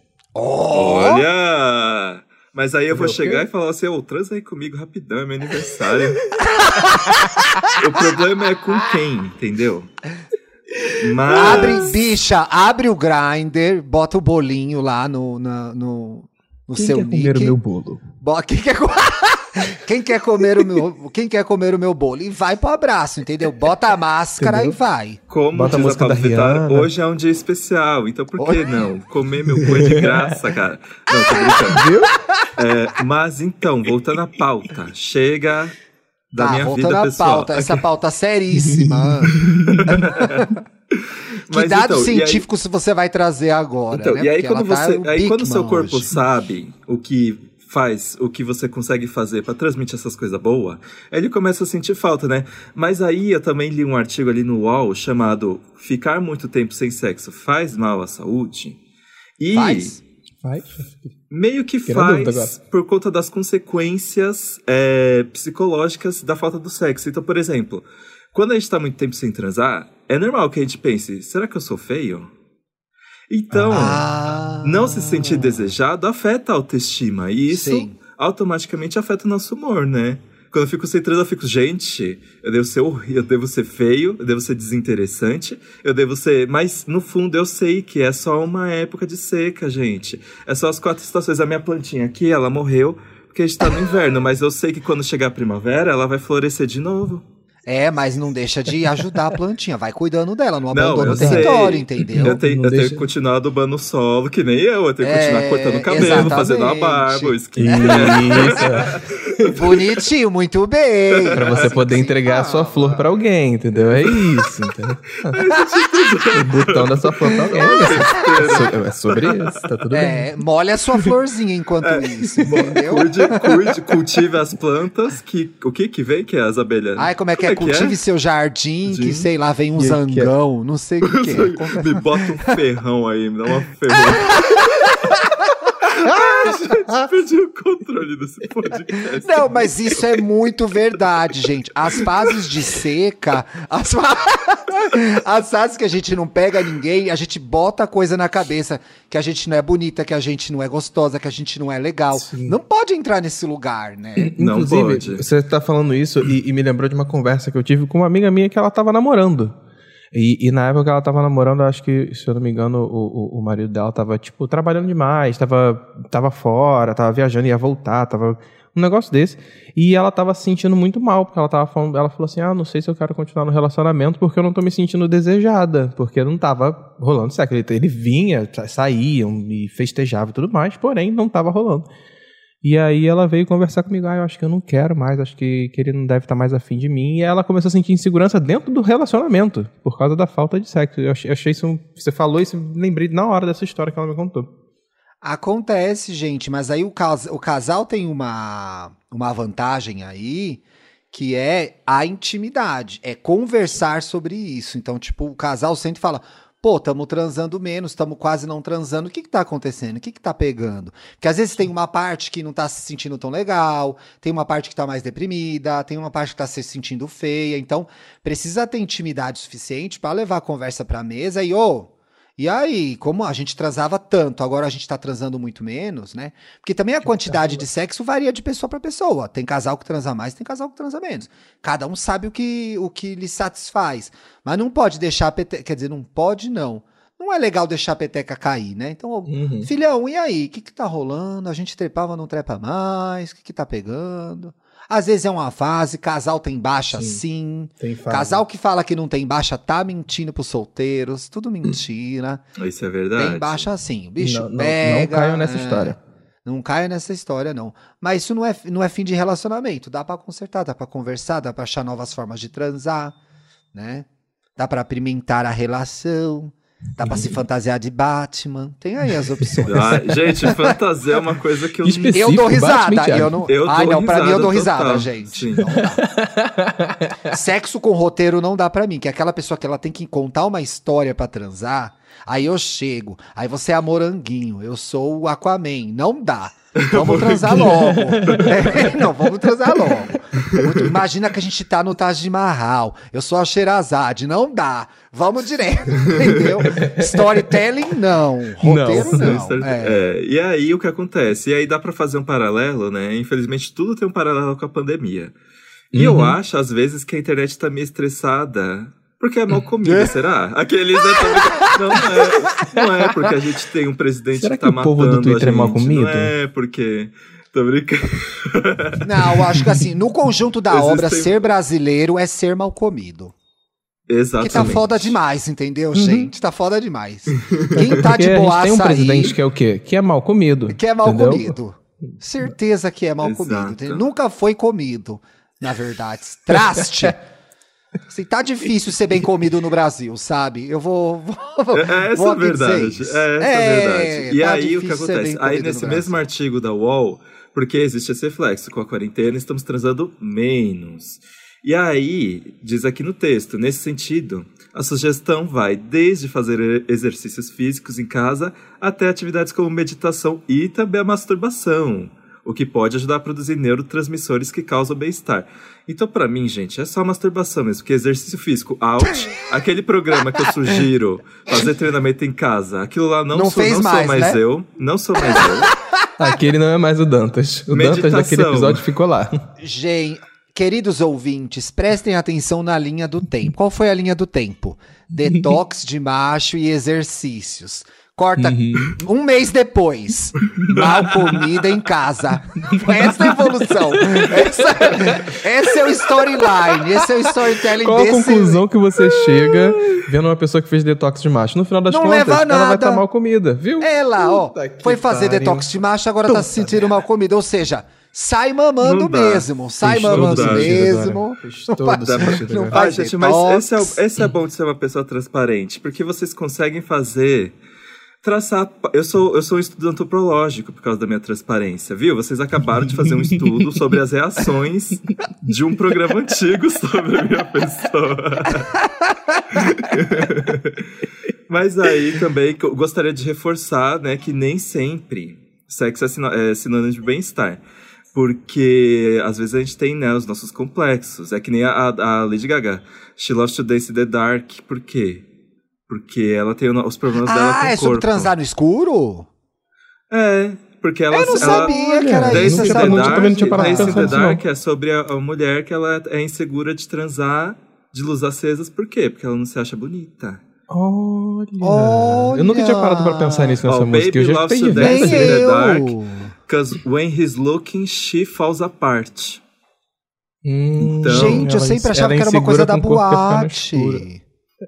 Olha! Mas aí eu vou Entendeu? chegar e falar assim, ô, transa aí comigo rapidão, é meu aniversário. O problema é com quem, entendeu? Mas... Abre, bicha, abre o grinder, bota o bolinho lá no, na- no, no Quem seu quer nick. comer o meu bolo? Bo- Quem quer, co- quem quer comer o meu, quem quer comer o meu bolo? E vai pro abraço, entendeu? Bota a máscara Entendeu? e vai. Como Bota a diz a música Pablo da Vittar, Rihanna. hoje é um dia especial, então por que Oi. não? Comer meu cu é de graça, cara. Não, tô brincando. Viu? É, mas então, voltando à pauta, chega da Tá, minha voltando vida à pessoal. pauta, essa pauta seríssima. Que Mas dados então, e aí- científicos você vai trazer agora, Então, né? e aí Porque quando ela tá você, o aí quando o seu Bigman corpo hoje. sabe o que faz, o que você consegue fazer pra transmitir essas coisas boas, ele começa a sentir falta, né? Mas aí eu também li um artigo ali no U O L chamado Ficar muito tempo sem sexo faz mal à saúde. E Faz? Vai. meio que Fiquei na dúvida faz agora. por conta das consequências é, psicológicas da falta do sexo. Então, por exemplo, quando a gente tá muito tempo sem transar, é normal que a gente pense, será que eu sou feio? Então, Ah. não se sentir desejado afeta a autoestima. E isso Sim. automaticamente afeta o nosso humor, né? Quando eu fico sem transar, eu fico, gente, eu devo ser horrível, eu devo ser feio, eu devo ser desinteressante, eu devo ser... Mas, no fundo, eu sei que é só uma época de seca, gente. É só as quatro estações. A minha plantinha aqui, ela morreu porque a gente tá no inverno, mas eu sei que quando chegar a primavera, ela vai florescer de novo. É, mas não deixa de ajudar a plantinha. Vai cuidando dela, não Não, abandona eu o território, sei. entendeu? Eu tenho, Não eu tenho deixa- que continuar adubando o solo, que nem eu. Eu tenho que continuar É, cortando o cabelo, exatamente. fazendo a barba, o skin. Isso. Bonitinho, muito bem. Pra você poder Sim, entregar a sua fala. flor pra alguém, entendeu? É isso, entendeu? O botão da sua flor pra alguém. É so- é sobre isso, tá tudo bem. É, molha a sua florzinha enquanto isso, entendeu? Cuide, cuide, cultive as plantas, que o que que vem que é as abelhas? Ai, como é que é? Cultive seu jardim, que Jardim. sei lá, vem um Que- que é? zangão, não sei o que, que é. Conta- Me bota um ferrão aí, me dá uma ferrão. Ai, gente, perdi o controle desse podcast. Não, mas isso é muito verdade, gente. As fases de seca, as, fa- as fases que a gente não pega ninguém, a gente bota coisa na cabeça que a gente não é bonita, que a gente não é gostosa, que a gente não é legal. Sim. Não pode entrar nesse lugar, né? Não Inclusive, pode. você tá falando isso e, e me lembrou de uma conversa que eu tive com uma amiga minha que ela tava namorando. E, e na época que ela tava namorando, eu acho que, se eu não me engano, o, o, o marido dela tava, tipo, trabalhando demais, tava, tava fora, tava viajando, ia voltar, tava Um negócio desse. E ela tava se sentindo muito mal, porque ela tava falando, ela falou assim, ah, não sei se eu quero continuar no relacionamento porque eu não tô me sentindo desejada, porque não tava rolando sexo. Ele, ele vinha, saíam e festejava e tudo mais, porém não tava rolando. E aí ela veio conversar comigo, ah, eu acho que eu não quero mais, acho que, que ele não deve estar mais afim de mim. E ela começou a sentir insegurança dentro do relacionamento, por causa da falta de sexo. Eu achei, eu achei isso, você falou isso, lembrei na hora dessa história que ela me contou. Acontece, gente, mas aí o, cas o casal tem uma, uma vantagem aí, que é a intimidade, é conversar sobre isso. Então, tipo, o casal sempre fala, pô, tamo transando menos, tamo quase não transando, o que que tá acontecendo? O que que tá pegando? Porque às vezes tem uma parte que não tá se sentindo tão legal, tem uma parte que tá mais deprimida, tem uma parte que tá se sentindo feia, então precisa ter intimidade suficiente pra levar a conversa pra mesa e, ô... E aí, como a gente transava tanto, agora a gente tá transando muito menos, né? Porque também a quantidade de sexo varia de pessoa pra pessoa. Tem casal que transa mais, tem casal que transa menos. Cada um sabe o que, o que lhe satisfaz. Mas não pode deixar a peteca... Quer dizer, não pode, não. Não é legal deixar a peteca cair, né? Então, uhum. Filhão, e aí? O que que tá rolando? A gente trepava, não trepa mais? O que que tá pegando? Às vezes é uma fase, casal tem baixa sim, sim. Tem fase. Casal que fala que não tem baixa tá mentindo pros solteiros, tudo mentira. Isso é verdade. Tem baixa sim, o bicho não, pega. Não, não caio nessa é, história. Não caio nessa história, não. Mas isso não é, não é fim de relacionamento, dá pra consertar, dá pra conversar, dá pra achar novas formas de transar, né? Dá pra apimentar a relação. Dá pra se fantasiar de Batman. Tem aí as opções. Ah, gente, fantasia é uma coisa que eu... Eu dou risada. Batman, eu não... eu Ai, dou não, pra risada mim eu dou total. risada, gente. Não dá. Sexo com roteiro não dá pra mim, que é aquela pessoa que ela tem que contar uma história pra transar, aí eu chego, aí você é a Moranguinho, eu sou o Aquaman. Não dá. Vamos transar logo. É, não, vamos transar logo. Imagina que a gente tá no Taj Mahal. Eu sou a Sherazade. Não dá. Vamos direto, entendeu? Storytelling, não. Roteiro, não. não. É. É, e aí, o que acontece? E aí dá pra fazer um paralelo, né? Infelizmente, tudo tem um paralelo com a pandemia. E uhum. eu acho, às vezes, que a internet tá meio estressada... Porque é mal comida, será? Aqueles... Não, não é. Não é porque a gente tem um presidente será que tá que matando o povo do Twitter a gente. É mal comido? Não é porque... Tô brincando. Não, eu acho que assim, no conjunto da Existem... obra, ser brasileiro é ser mal comido. Exatamente. Que tá foda demais, entendeu, uhum. gente? Tá foda demais. Quem tá porque de boaça a gente tem um presidente aí, que é o quê? Que é mal comido. Que é mal entendeu? comido. Certeza que é mal Exato. comido. Entendeu? Nunca foi comido, na verdade. Traste. Assim, tá difícil ser bem comido no Brasil, sabe? Eu vou... vou é essa vou a verdade. É essa é, verdade. E tá aí, o que acontece? Aí, nesse mesmo artigo da U O L, porque existe esse reflexo, com a quarentena estamos transando menos. E aí, diz aqui no texto, nesse sentido, a sugestão vai desde fazer exercícios físicos em casa até atividades como meditação e também a masturbação, o que pode ajudar a produzir neurotransmissores que causam bem-estar. Então, pra mim, gente, é só masturbação mesmo, porque exercício físico, out, aquele programa que eu sugiro, fazer treinamento em casa, aquilo lá não, não, sou, fez não mais, sou mais né? eu, não sou mais eu. Aquele não é mais o Dantas. O Meditação. Dantas daquele episódio ficou lá. Gente, queridos ouvintes, prestem atenção na linha do tempo. Qual foi a linha do tempo? Detox de macho e exercícios. Corta uhum. um mês depois. Mal comida em casa. Essa é a evolução. Essa, essa é o storyline. Esse é o storytelling Qual desse... a conclusão que você chega vendo uma pessoa que fez detox de macho? No final das Não contas, leva ela nada. vai estar mal comida, viu? Ela, ó, foi fazer pariu. detox de macho, agora Puta tá se sentindo mal comida. Ou seja... Sai mamando mesmo, sai Fez mamando dá, mesmo. Não faz, não faz ah, gente, mas esse é, esse é bom de ser uma pessoa transparente, porque vocês conseguem fazer, traçar. Eu sou, eu sou um estudo antropológico por causa da minha transparência, viu? Vocês acabaram de fazer um estudo sobre as reações de um programa antigo sobre a minha pessoa. Mas aí também eu gostaria de reforçar, né, que nem sempre sexo é, sino- é sinônimo de bem-estar. Porque às vezes a gente tem, né, os nossos complexos. É que nem a, a Lady Gaga. She loves to dance in the dark. Por quê? Porque ela tem os problemas ah, dela com o corpo. Ah, é sobre transar no escuro? É, porque ela... Eu não ela, sabia que era Dance isso. in the Dark, Dance in the Dark é sobre a, a mulher que ela é insegura de transar de luz acesas. Por quê? Porque ela não se acha bonita. Olha. Olha. Eu nunca tinha parado pra pensar nisso nessa oh, música. Baby Eu já Loves tenho to Dance in the Dark. Because when he's looking, she falls apart. Hum, Então, Gente, eu ela- sempre ela achava que era uma coisa insegura da com o corpo que fica no boate. escuro.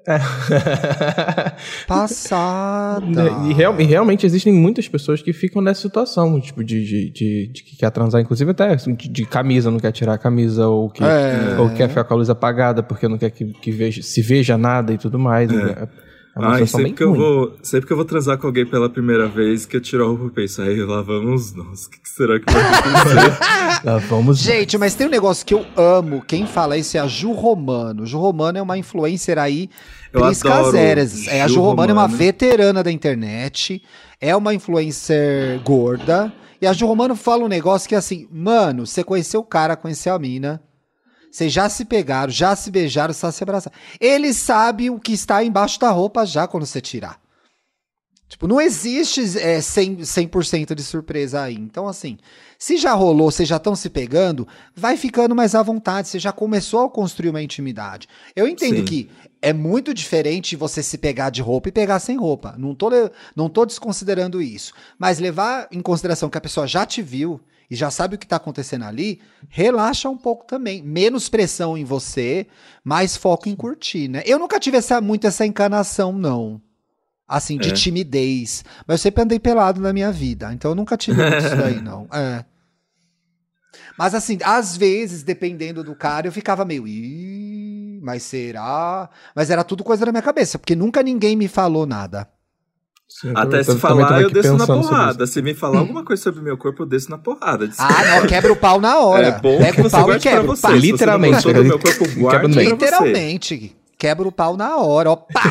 Passada. E, real- e realmente existem muitas pessoas que ficam nessa situação, tipo, de, de, de, de que quer transar, inclusive até assim, de, de camisa, não quer tirar a camisa, ou que É. ou quer ficar com a luz apagada porque não quer que, que veja, se veja nada e tudo mais. É, é uma Ai, situação sempre bem que, eu ruim. vou, sempre que eu vou transar com alguém pela primeira vez, que eu tiro a roupa e penso, aí lá vamos nós, o que, que será que vai acontecer? Lá vamos. Gente, mas tem um negócio que eu amo. Quem fala isso é a Ju Romano. Ju Romano é uma influencer aí. Eu Pris adoro Caseres. É, a Ju Ju Romano é uma Romano. veterana da internet. É uma influencer gorda. E a Ju Romano fala um negócio que é assim, mano, você conheceu o cara, conheceu a mina. Vocês já se pegaram, já se beijaram, já se abraçaram. Ele sabe o que está embaixo da roupa já quando você tirar. Tipo, não existe é, cem por cento de surpresa aí. Então, assim, se já rolou, vocês já estão se pegando, vai ficando mais à vontade. Você já começou a construir uma intimidade. Eu entendo Sim. que é muito diferente você se pegar de roupa e pegar sem roupa. Não tô, le- não tô desconsiderando isso. Mas levar em consideração que a pessoa já te viu e já sabe o que tá acontecendo ali, relaxa um pouco também. Menos pressão em você, mais foco em curtir, né? Eu nunca tive essa, muito essa encanação, não. Assim, de É. timidez. Mas eu sempre andei pelado na minha vida. Então eu nunca tive muito isso daí, não. É. Mas assim, às vezes, dependendo do cara, eu ficava meio... Ih, mas será? Mas era tudo coisa da minha cabeça. Porque nunca ninguém me falou nada. Sim, eu Até tô- se eu também tô falar, eu aqui desço na pensando sobre porrada. isso. Se me falar alguma coisa sobre meu corpo, eu desço na porrada. Ah, não, quebra o pau na hora. É bom Pega que o você pau e guarde pra quebra. você. Pá. Se você não Literalmente, gostou do meu corpo, quebra guarde no meio. pra você. Literalmente. Quebra o pau na hora, ó. Pá!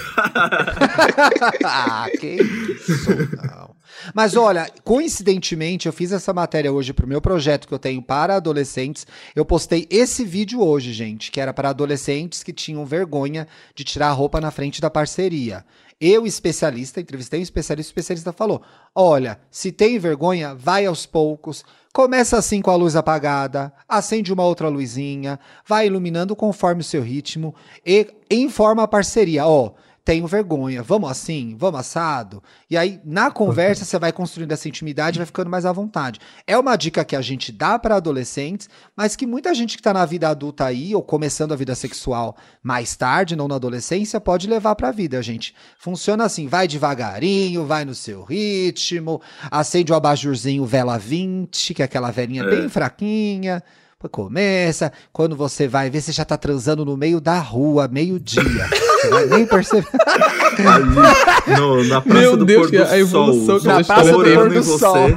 Ah, que isso, não. Mas olha, coincidentemente, eu fiz essa matéria hoje pro meu projeto que eu tenho para adolescentes. Eu postei esse vídeo hoje, gente, que era para adolescentes que tinham vergonha de tirar a roupa na frente da parceria. Eu, especialista, entrevistei um especialista, o especialista falou, olha, se tem vergonha, vai aos poucos, começa assim com a luz apagada, acende uma outra luzinha, vai iluminando conforme o seu ritmo e informa a parceria, ó, tenho vergonha, vamos assim, vamos assado. E aí, na conversa, você vai construindo essa intimidade e vai ficando mais à vontade. É uma dica que a gente dá para adolescentes, mas que muita gente que tá na vida adulta aí, ou começando a vida sexual mais tarde, não na adolescência, pode levar pra vida, gente. Funciona assim, vai devagarinho, vai no seu ritmo, acende o abajurzinho vela vinte, que é aquela velinha É. bem fraquinha. Começa, quando você vai ver, você já tá transando no meio da rua, meio-dia. Você vai nem perceber. Ali, no, na praça Meu do Deus, pôr que do a evolução sol. que Na essa praça história do teve. pôr Olhando do em você. sol.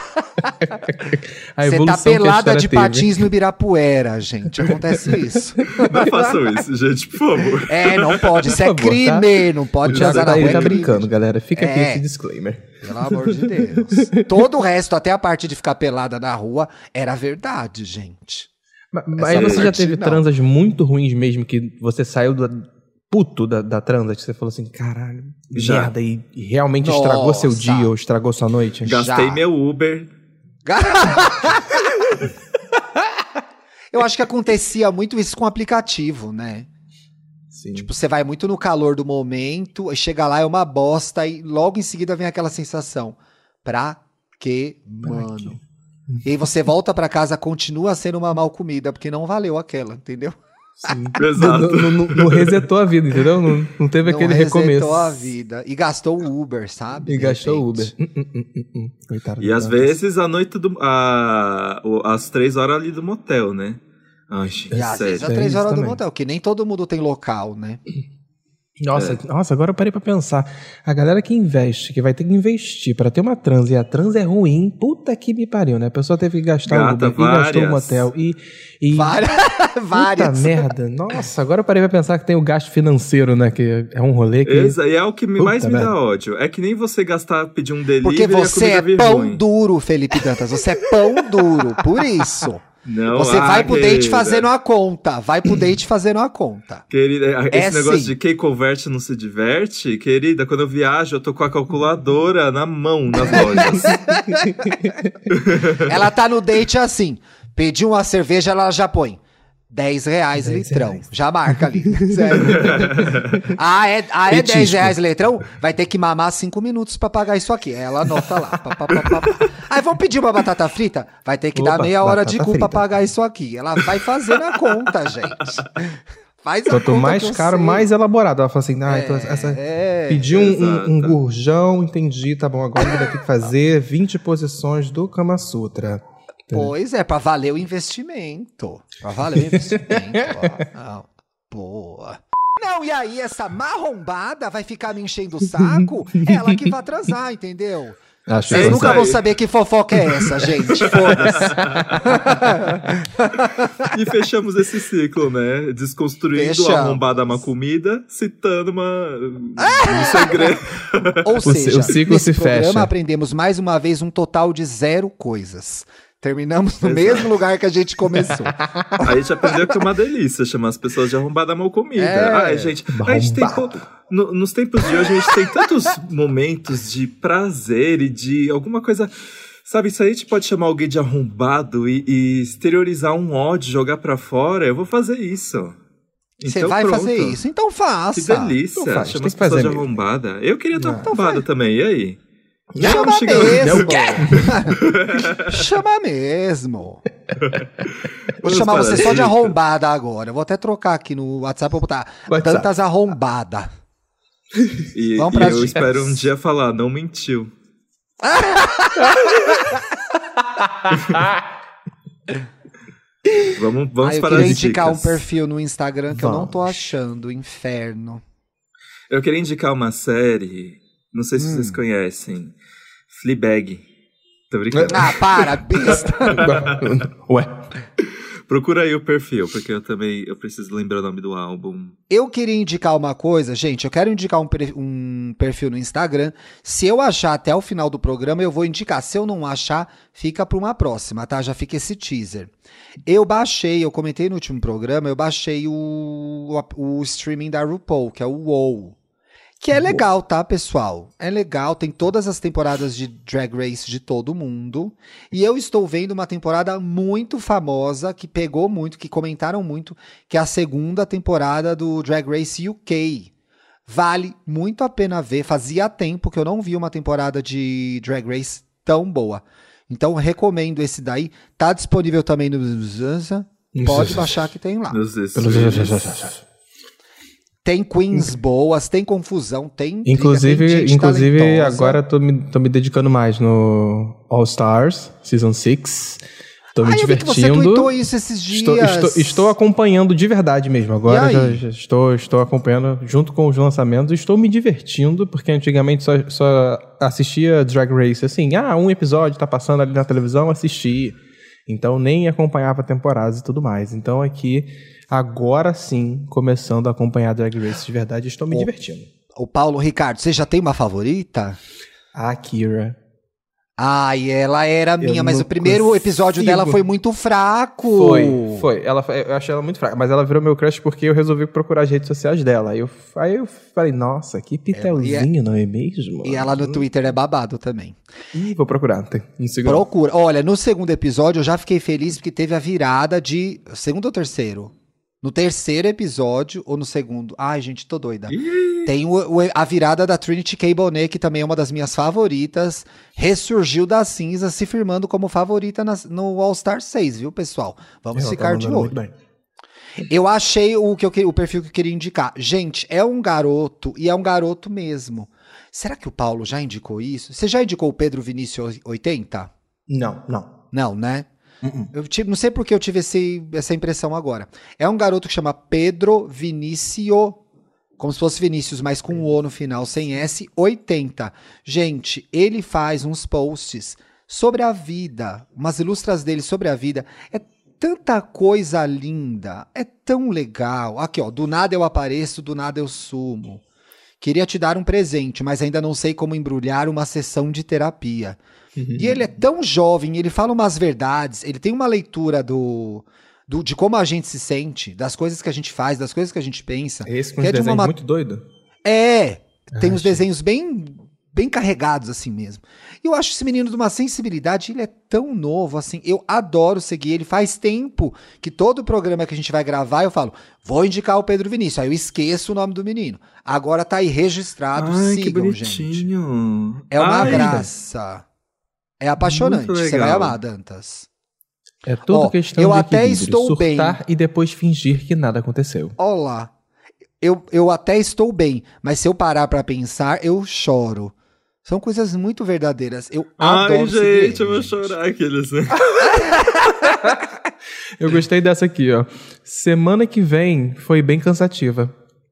A Você tá evolução que a pelada história de teve. patins no Ibirapuera, gente. Acontece isso. Não façam isso, gente, por favor. É, não pode. Isso é Por favor, crime. Não O pode Thiago transar na tá, rua. ele tá é crime. brincando, galera. Fica aqui É. esse disclaimer. Pelo amor de Deus. Todo o resto, até a parte de ficar pelada na rua, era verdade, gente. Mas, mas você já parte, teve não. transas muito ruins mesmo, que você saiu do puto da, da transa, que você falou assim, caralho, Já. merda, e, e realmente estragou Nossa. seu dia ou estragou sua noite? Gastei Já. meu Uber. Eu acho que acontecia muito isso com aplicativo, né? Sim. Tipo, você vai muito no calor do momento, e chega lá, é uma bosta, e logo em seguida vem aquela sensação. Pra quê, mano? quê? E aí você volta pra casa, continua sendo uma mal comida, porque não valeu aquela, entendeu? Sim. Exato. Não, não- não- não resetou a vida, entendeu? Não, não teve Não aquele resetou recomeço. a vida. E gastou o Uber, sabe? E De gastou o Uber. repente. Hum, hum, hum, hum, hum. Coitado E do às Dantas. vezes a noite do. A, o- às três horas ali do motel, né? Ai, gente, E às vezes sério. é três isso horas do também. motel, que nem todo mundo tem local, né? Nossa, nossa, agora eu parei pra pensar. A galera que investe, que vai ter que investir pra ter uma trans, e a trans é ruim, puta que me pariu, né? A pessoa teve que gastar Gata, o Uber, e gastou o várias. motel, e... e Várias. puta várias. merda. Nossa, agora eu parei pra pensar que tem o gasto financeiro, né? Que é um rolê que... Exa, e é o que me- Puta mais me merda. dá ódio. É que nem você gastar, pedir um delivery Porque e a você comida é vir pão ruim. duro, Felipe Dantas. Você é pão duro, por isso. Não, Você ah, vai pro date querida. fazendo a conta. Vai pro date fazendo a conta. Querida, esse É negócio sim. de quem converte não se diverte, querida, quando eu viajo, eu tô com a calculadora na mão nas lojas. Ela tá no date assim. Pediu uma cerveja, ela já põe. dez reais dez litrão. reais. Já marca ali. Sério. ah, é, ah, é dez reais litrão? Vai ter que mamar cinco minutos pra pagar isso aqui. Ela anota lá. Pá, pá, pá, pá, pá. Aí vamos pedir uma batata frita? Vai ter que Opa, dar meia hora de batata cu pra frita. pagar isso aqui. Ela vai fazer na conta, gente. Faz a Quanto conta mais que eu caro, sei. mais elaborado. Ela fala assim, ah, então essa... É, Pediu um, um, um exato. gurjão, entendi, tá bom. Agora ele vai ter que fazer vinte posições do Kama Sutra. Pois é, pra valer o investimento. Pra valer o investimento. ó. Não, boa. Não, e aí essa marrombada vai ficar me enchendo o saco? Ela que vai atrasar, entendeu? Acho Vocês É nunca isso vão aí. saber que fofoca é essa, gente. Foda-se. E fechamos esse ciclo, né? Desconstruindo Fechamos. a arrombada uma comida, citando uma... um segredo. Ou ci- seja, o ciclo nesse se programa fecha. aprendemos mais uma vez um total de zero coisas. Terminamos no Exato. mesmo lugar que a gente começou. A gente aprendeu que é uma delícia chamar as pessoas de arrombada mal comida. É. Ai, gente, a gente tem, Arrombado. no- nos tempos de hoje, a gente tem tantos momentos de prazer e de alguma coisa. Sabe, se a gente pode chamar alguém de arrombado e, e exteriorizar um ódio, jogar pra fora, eu vou fazer isso. Você Então, vai pronto. fazer isso, então faça. Que delícia. Então faz, chamar tem as que fazer pessoas de mesmo. arrombada. Eu queria estar Não. arrombado também, e aí? Chama Vamos chegar- mesmo. Chama mesmo. Vou Vamos chamar para você a só de dica. arrombada agora. Eu vou até trocar aqui no WhatsApp pra botar WhatsApp. tantas arrombada. E, Vamos e pras eu dicas. espero um dia falar, não mentiu. Vamos, vamos Ah, eu para queria as indicar um dicas. perfil no Instagram que eu não tô Vamos. achando. Inferno. Eu queria indicar uma série, não sei se Hum. vocês conhecem, Fleabag. Tô brincando. Ah, para, besta. Ué, Procura aí o perfil, porque eu também eu preciso lembrar o nome do álbum. Eu queria indicar uma coisa, gente. Eu quero indicar um, per- um perfil no Instagram. Se eu achar até o final do programa, eu vou indicar. Se eu não achar, fica para uma próxima, tá? Já fica esse teaser. Eu baixei, eu comentei no último programa, eu baixei o, o, o streaming da RuPaul, que é o WoW. Que é legal, tá, pessoal? É legal, tem todas as temporadas de Drag Race de todo mundo. E eu estou vendo uma temporada muito famosa, que pegou muito, que comentaram muito, que é a segunda temporada do Drag Race U K. Vale muito a pena ver. Fazia tempo que eu não vi uma temporada de Drag Race tão boa. Então, recomendo esse daí. Tá disponível também no... Pode baixar que tem lá. Nos streams. Tem queens boas, tem confusão, tem... briga, Inclusive, tem gente inclusive talentosa. agora tô me, tô me dedicando mais no All Stars, Season seis. Tô me Ah, eu vi que você divertindo. tweetou isso esses dias. Estou, estou, estou acompanhando de verdade mesmo. Agora E já, aí? já estou, estou acompanhando junto com os lançamentos. Estou me divertindo, porque antigamente só, só assistia Drag Race assim. Ah, um episódio tá passando ali na televisão, assisti. Então nem acompanhava temporadas e tudo mais. Então aqui, agora sim, começando a acompanhar Drag Race de verdade, estou me Ô. divertindo. O Paulo Ricardo, você já tem uma favorita? A Akira. Ai, ela era minha, mas não o primeiro episódio consigo. dela foi muito fraco. Foi, foi. Ela, foi- eu achei ela muito fraca, mas ela virou meu crush porque eu resolvi procurar as redes sociais dela. Aí eu, aí eu falei, nossa, que pitelzinho, não é mesmo? E ela no Twitter é babado também. Ih, vou procurar. Tem um segundo. Procura. Olha, no segundo episódio eu já fiquei feliz porque teve a virada de... Segundo ou terceiro? No terceiro episódio, ou no segundo? Ai, gente, tô doida. Tem o- o- a virada da Trinity K. Bonet, que também é uma das minhas favoritas. Ressurgiu das cinzas, se firmando como favorita nas- no All Star seis, viu, pessoal? Vamos Ela tá ficar de mandando olho. muito bem. Eu achei o, que eu, que- o perfil que eu queria indicar. Gente, é um garoto, e é um garoto mesmo. Será que o Paulo já indicou isso? Você já indicou o Pedro Vinícius oitenta? Não, não. Não, né? Uh-uh. Eu tive, não sei porque eu tive esse, essa impressão agora. É um garoto que chama Pedro Vinício, como se fosse Vinícius, mas com o O no final, sem S, oitenta. Gente, ele faz uns posts sobre a vida, umas ilustras dele sobre a vida. É tanta coisa linda, é tão legal. Aqui, ó, do nada eu apareço, do nada eu sumo. Queria te dar um presente, mas ainda não sei como embrulhar uma sessão de terapia. E ele é tão jovem, ele fala umas verdades, ele tem uma leitura do, do, de como a gente se sente, das coisas que a gente faz, das coisas que a gente pensa. Esse com Que os é de uma desenhos ma- muito doido? É, tem Ah, uns achei. desenhos bem, bem carregados assim mesmo. E eu acho esse menino de uma sensibilidade, ele é tão novo, assim, eu adoro seguir ele. Faz tempo que todo programa que a gente vai gravar, eu falo, vou indicar o Pedro Vinícius, aí eu esqueço o nome do menino. Agora tá aí registrado, Ai, sigam, que bonitinho. gente. É uma Ai, graça. É apaixonante, você vai amar, Dantas. É tudo Ó, questão eu de até equilíbrio, estou surtar bem. e depois fingir que nada aconteceu. Olá. Eu, eu até estou bem, mas se eu parar pra pensar, eu choro. São coisas muito verdadeiras. Eu Ai, adoro seguir gente, ele, eu vou gente. chorar aqueles. Né? Eu gostei dessa aqui, ó. Semana que vem foi bem cansativa.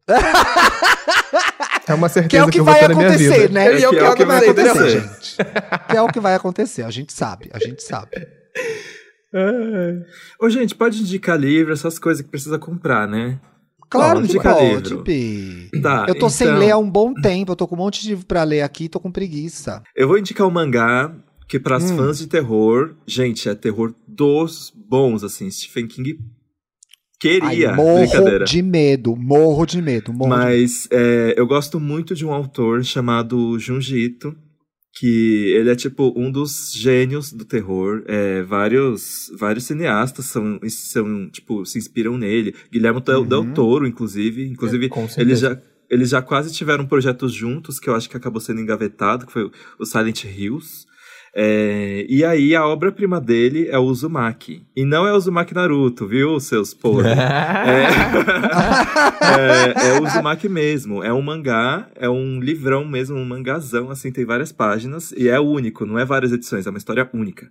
É uma certeza Que é o que, que eu vai vou ter na minha acontecer, vida. né? É que é o que vai acontecer. gente. Que é o que vai acontecer, a gente sabe, a gente sabe. Ô, gente, pode indicar livro, essas coisas que precisa comprar, né? Claro Vamos que indicar pode, livro. Pi. Tá, Eu tô sem então, ler há um bom tempo, eu tô com um monte de livro pra ler aqui, tô com preguiça. Eu vou indicar um mangá que para os Hum. fãs de terror, gente, é terror dos bons, assim. Stephen King queria, Ai, morro brincadeira. de medo, morro de medo, morro de medo. Mas é, eu gosto muito de um autor chamado Junji Ito, que ele é tipo um dos gênios do terror. É, vários, vários cineastas são, são, tipo, se inspiram nele. Guilherme Del, Uhum. Del Toro, inclusive. Inclusive, É, com certeza. eles já, eles já quase tiveram projetos juntos, que eu acho que acabou sendo engavetado, que foi o Silent Hills. É, e aí, a obra-prima dele é o Uzumaki. E não é o Uzumaki Naruto, viu, seus podres? é, é, é o Uzumaki mesmo. É um mangá, é um livrão mesmo, um mangazão, assim, tem várias páginas. E é único, não é várias edições, é uma história única.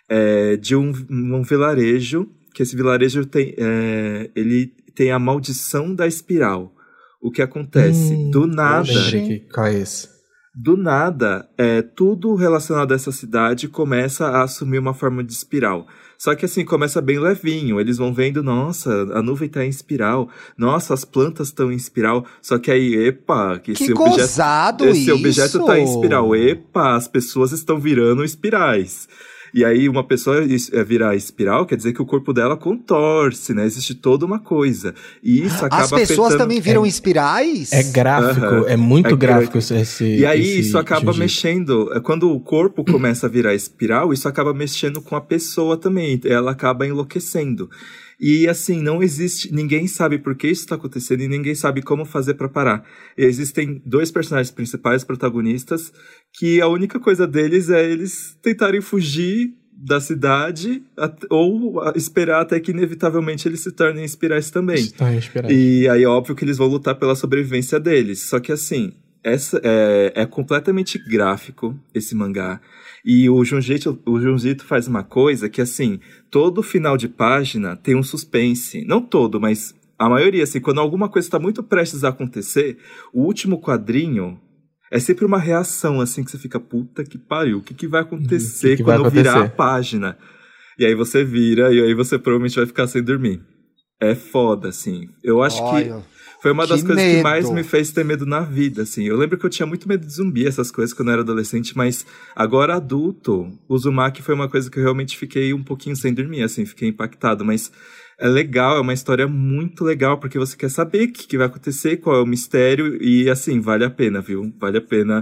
É, de um, um vilarejo, que esse vilarejo tem, é, ele tem a maldição da espiral. O que acontece? Hum, do nada... Lembrei que qual é esse? Do nada, é, tudo relacionado a essa cidade começa a assumir uma forma de espiral. Só que assim, começa bem levinho. Eles vão vendo, nossa, a nuvem tá em espiral. Nossa, as plantas estão em espiral. Só que aí, epa, que, Que esse objeto, gozado esse isso! objeto tá em espiral. Epa, as pessoas estão virando espirais. E aí, uma pessoa virar espiral quer dizer que o corpo dela contorce, né? Existe toda uma coisa. E isso acaba As pessoas afetando... também viram espirais? É gráfico, Aham. é muito É gráfico gra- esse. E aí, esse isso acaba jiu-jitsu. mexendo. é, Quando o corpo começa a virar espiral, isso acaba mexendo com a pessoa também. Ela acaba enlouquecendo. E assim, não existe. Ninguém sabe por que isso está acontecendo e ninguém sabe como fazer para parar. E existem dois personagens principais, protagonistas, que a única coisa deles é eles tentarem fugir da cidade at- ou a- esperar até que inevitavelmente eles se tornem espirais também. Está inspirado. E aí, óbvio que eles vão lutar pela sobrevivência deles. Só que assim, essa é, é completamente gráfico, esse mangá. E o Junjito, o Junjito faz uma coisa que, assim, todo final de página tem um suspense. Não todo, mas a maioria, assim, quando alguma coisa está muito prestes a acontecer, o último quadrinho é sempre uma reação, assim, que você fica, puta que pariu, o que, que vai acontecer que que vai quando virar a acontecer? página? E aí você vira, e aí você provavelmente vai ficar sem dormir. É foda, assim. Eu acho que Olha, foi uma das que coisas que medo. mais me fez ter medo na vida, assim. Eu lembro que eu tinha muito medo de zumbi, essas coisas, quando eu era adolescente, mas agora adulto, o Uzumaki foi uma coisa que eu realmente fiquei um pouquinho sem dormir, assim, fiquei impactado, mas é legal, é uma história muito legal, porque você quer saber o que, que vai acontecer, qual é o mistério, e assim, vale a pena, viu? Vale a pena.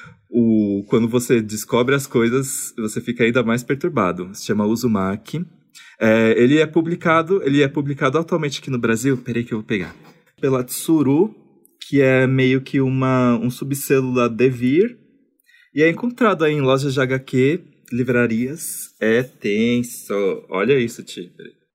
O, quando você descobre as coisas, você fica ainda mais perturbado. Se chama Uzumaki. É, ele é publicado, ele é publicado atualmente aqui no Brasil. Peraí que eu vou pegar. Pela Tsuru, que é meio que uma, um subselo da Devir. E é encontrado aí em lojas de H Q, livrarias. É tenso. Olha isso, Ti.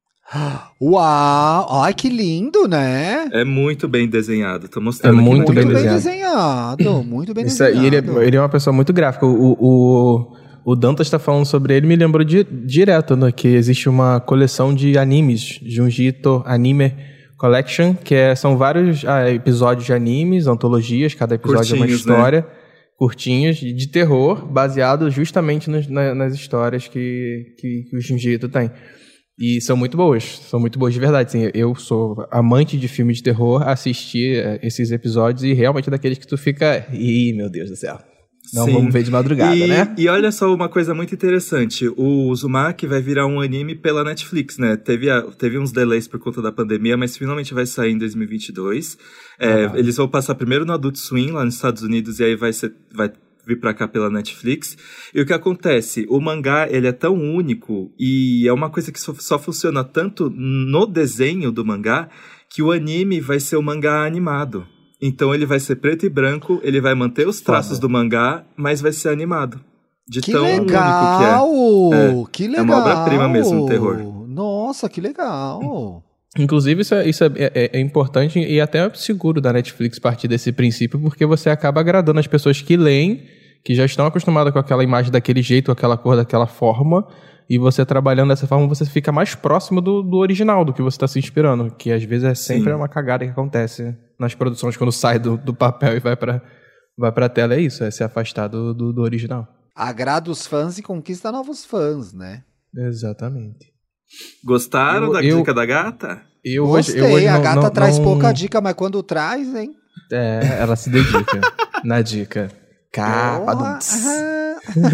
Uau! Ai, que lindo, né? É muito bem desenhado. Tô mostrando É aqui muito no bem Muito bem desenhado. desenhado, muito bem Isso aí, desenhado. ele, é, ele é uma pessoa muito gráfica. O, o, o Dantas está falando sobre ele, me lembrou di, direto, né, que existe uma coleção de animes, Junji Ito Anime Collection, que é, são vários ah, episódios de animes, antologias, cada episódio é uma Curtinhos, né? história, curtinhos, de terror, baseado justamente nos, na, nas histórias que, que, que o Junji Ito tem. E são muito boas, são muito boas de verdade. Assim, eu sou amante de filmes de terror, assisti eh, esses episódios e realmente é daqueles que tu fica... Ih, meu Deus do céu. Não Sim. vamos ver de madrugada, e, né? E olha só uma coisa muito interessante. O Uzumaki vai virar um anime pela Netflix, né? Teve, a, teve uns delays por conta da pandemia, mas finalmente vai sair em dois mil e vinte e dois. É, Ah. eles vão passar primeiro no Adult Swim, lá nos Estados Unidos, e aí vai, ser, vai vir pra cá pela Netflix. E o que acontece? O mangá, ele é tão único e é uma coisa que só, só funciona tanto no desenho do mangá que o anime vai ser o mangá animado. Então ele vai ser preto e branco, ele vai manter os traços Foda. do mangá, mas vai ser animado. De Que tão legal! único que é. É, Que legal! é uma obra-prima mesmo, o terror. Nossa, que legal! Inclusive, isso, é, isso é, é- é importante e até seguro da Netflix partir desse princípio, porque você acaba agradando as pessoas que leem, que já estão acostumadas com aquela imagem daquele jeito, aquela cor daquela forma, e você trabalhando dessa forma, você fica mais próximo do, do original, do que você está se inspirando, que às vezes é sempre Sim. uma cagada que acontece nas produções, quando sai do, do papel e vai para vai pra tela, é isso, é se afastar do, do, do original. Agrada os fãs e conquista novos fãs, né? Exatamente. Gostaram Eu- da eu- dica da gata? Eu Gostei, hoje, eu hoje a não- gata não- traz não- pouca dica, mas quando traz, hein? É, ela se dedica na dica. Capa do... Porra, aham.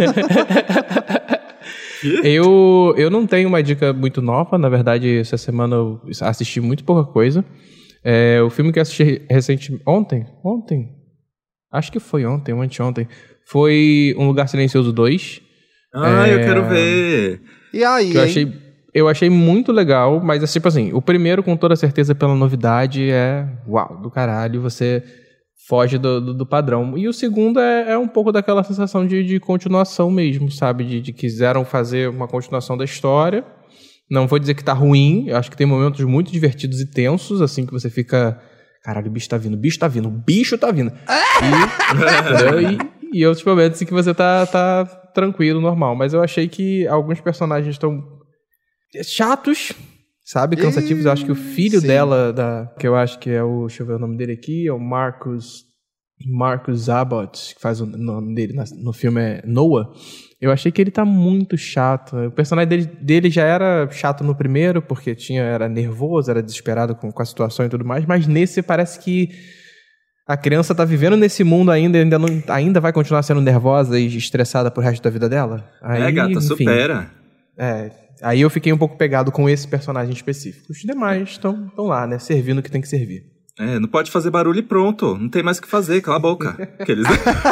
Eu, eu não tenho uma dica muito nova, na verdade, essa semana eu assisti muito pouca coisa. É, o filme que eu assisti recentemente, ontem, ontem, acho que foi ontem, ou anteontem, foi Um Lugar Silencioso dois, Ah, É. eu quero ver. E aí, que eu hein? achei, eu achei muito legal, mas é tipo assim, o primeiro, com toda certeza, pela novidade, é uau, do caralho, você foge do, do, do padrão. E o segundo é, é um pouco daquela sensação de, de continuação mesmo, sabe? De, de quiseram fazer uma continuação da história. Não vou dizer que tá ruim, eu acho que tem momentos muito divertidos e tensos, assim, que você fica... Caralho, o bicho tá vindo, o bicho tá vindo, o bicho tá vindo. E, entendeu? e, e outros momentos em que você tá, tá tranquilo, normal. Mas eu achei que alguns personagens estão chatos, sabe? Cansativos. Eu acho que o filho Sim. dela, da, que eu acho que é o... Deixa eu ver o nome dele aqui. É o Marcus... Marcus Zabot, que faz o nome dele na- no filme é Noah. Eu achei que ele tá muito chato. O personagem dele, dele já era chato no primeiro, porque tinha, era nervoso, era desesperado com, com a situação e tudo mais. Mas nesse parece que a criança tá vivendo nesse mundo ainda, ainda, não, ainda vai continuar sendo nervosa e estressada pro resto da vida dela. Aí, é, gata, enfim, supera. É, aí eu fiquei um pouco pegado com esse personagem específico. Os demais estão lá, né? Servindo o que tem que servir. É, não pode fazer barulho e pronto. Não tem mais o que fazer, cala a boca. Aqueles...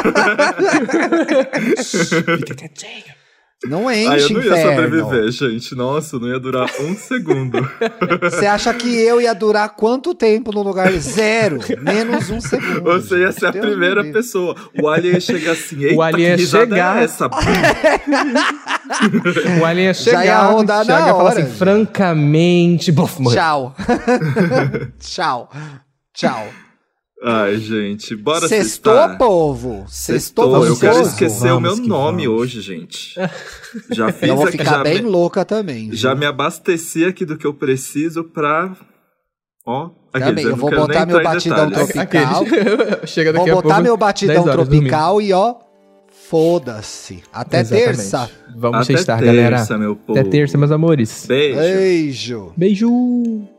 Fica quietinho. Não Ai, enche, eu não ia inferno. sobreviver, gente. Nossa, não ia durar um segundo. Você acha que eu ia durar quanto tempo no lugar? Zero. Menos um segundo. Você ia ser a Deus primeira me livre. pessoa. O Alien ia chegar assim, eita, O Alien que ia risada chegar. é essa? O Alien ia Já chegar, ia rodar chegar na e falar hora, assim, gente. francamente... Buf, morreu. Tchau. Tchau. Tchau. Ai, gente, bora Sextou, sextar. povo. Sextou, Sextou. Eu quero gostoso. esquecer o meu Vamos que nome vamos. hoje, gente. Já fiz Eu vou aqui, ficar já, bem me, louca também. viu? já me abasteci aqui do que eu preciso pra... Ó, aqueles, Também, eu não vou quero botar nem meu entrar em batidão detalhes. tropical. Aquele- Chega daqui Vou a botar pouco, meu dez batidão horas tropical e ó, foda-se. Até Exatamente. terça. Vamos Até sextar, terça, galera. meu povo. Até terça, meus amores. Beijo. Beijo. Beijo.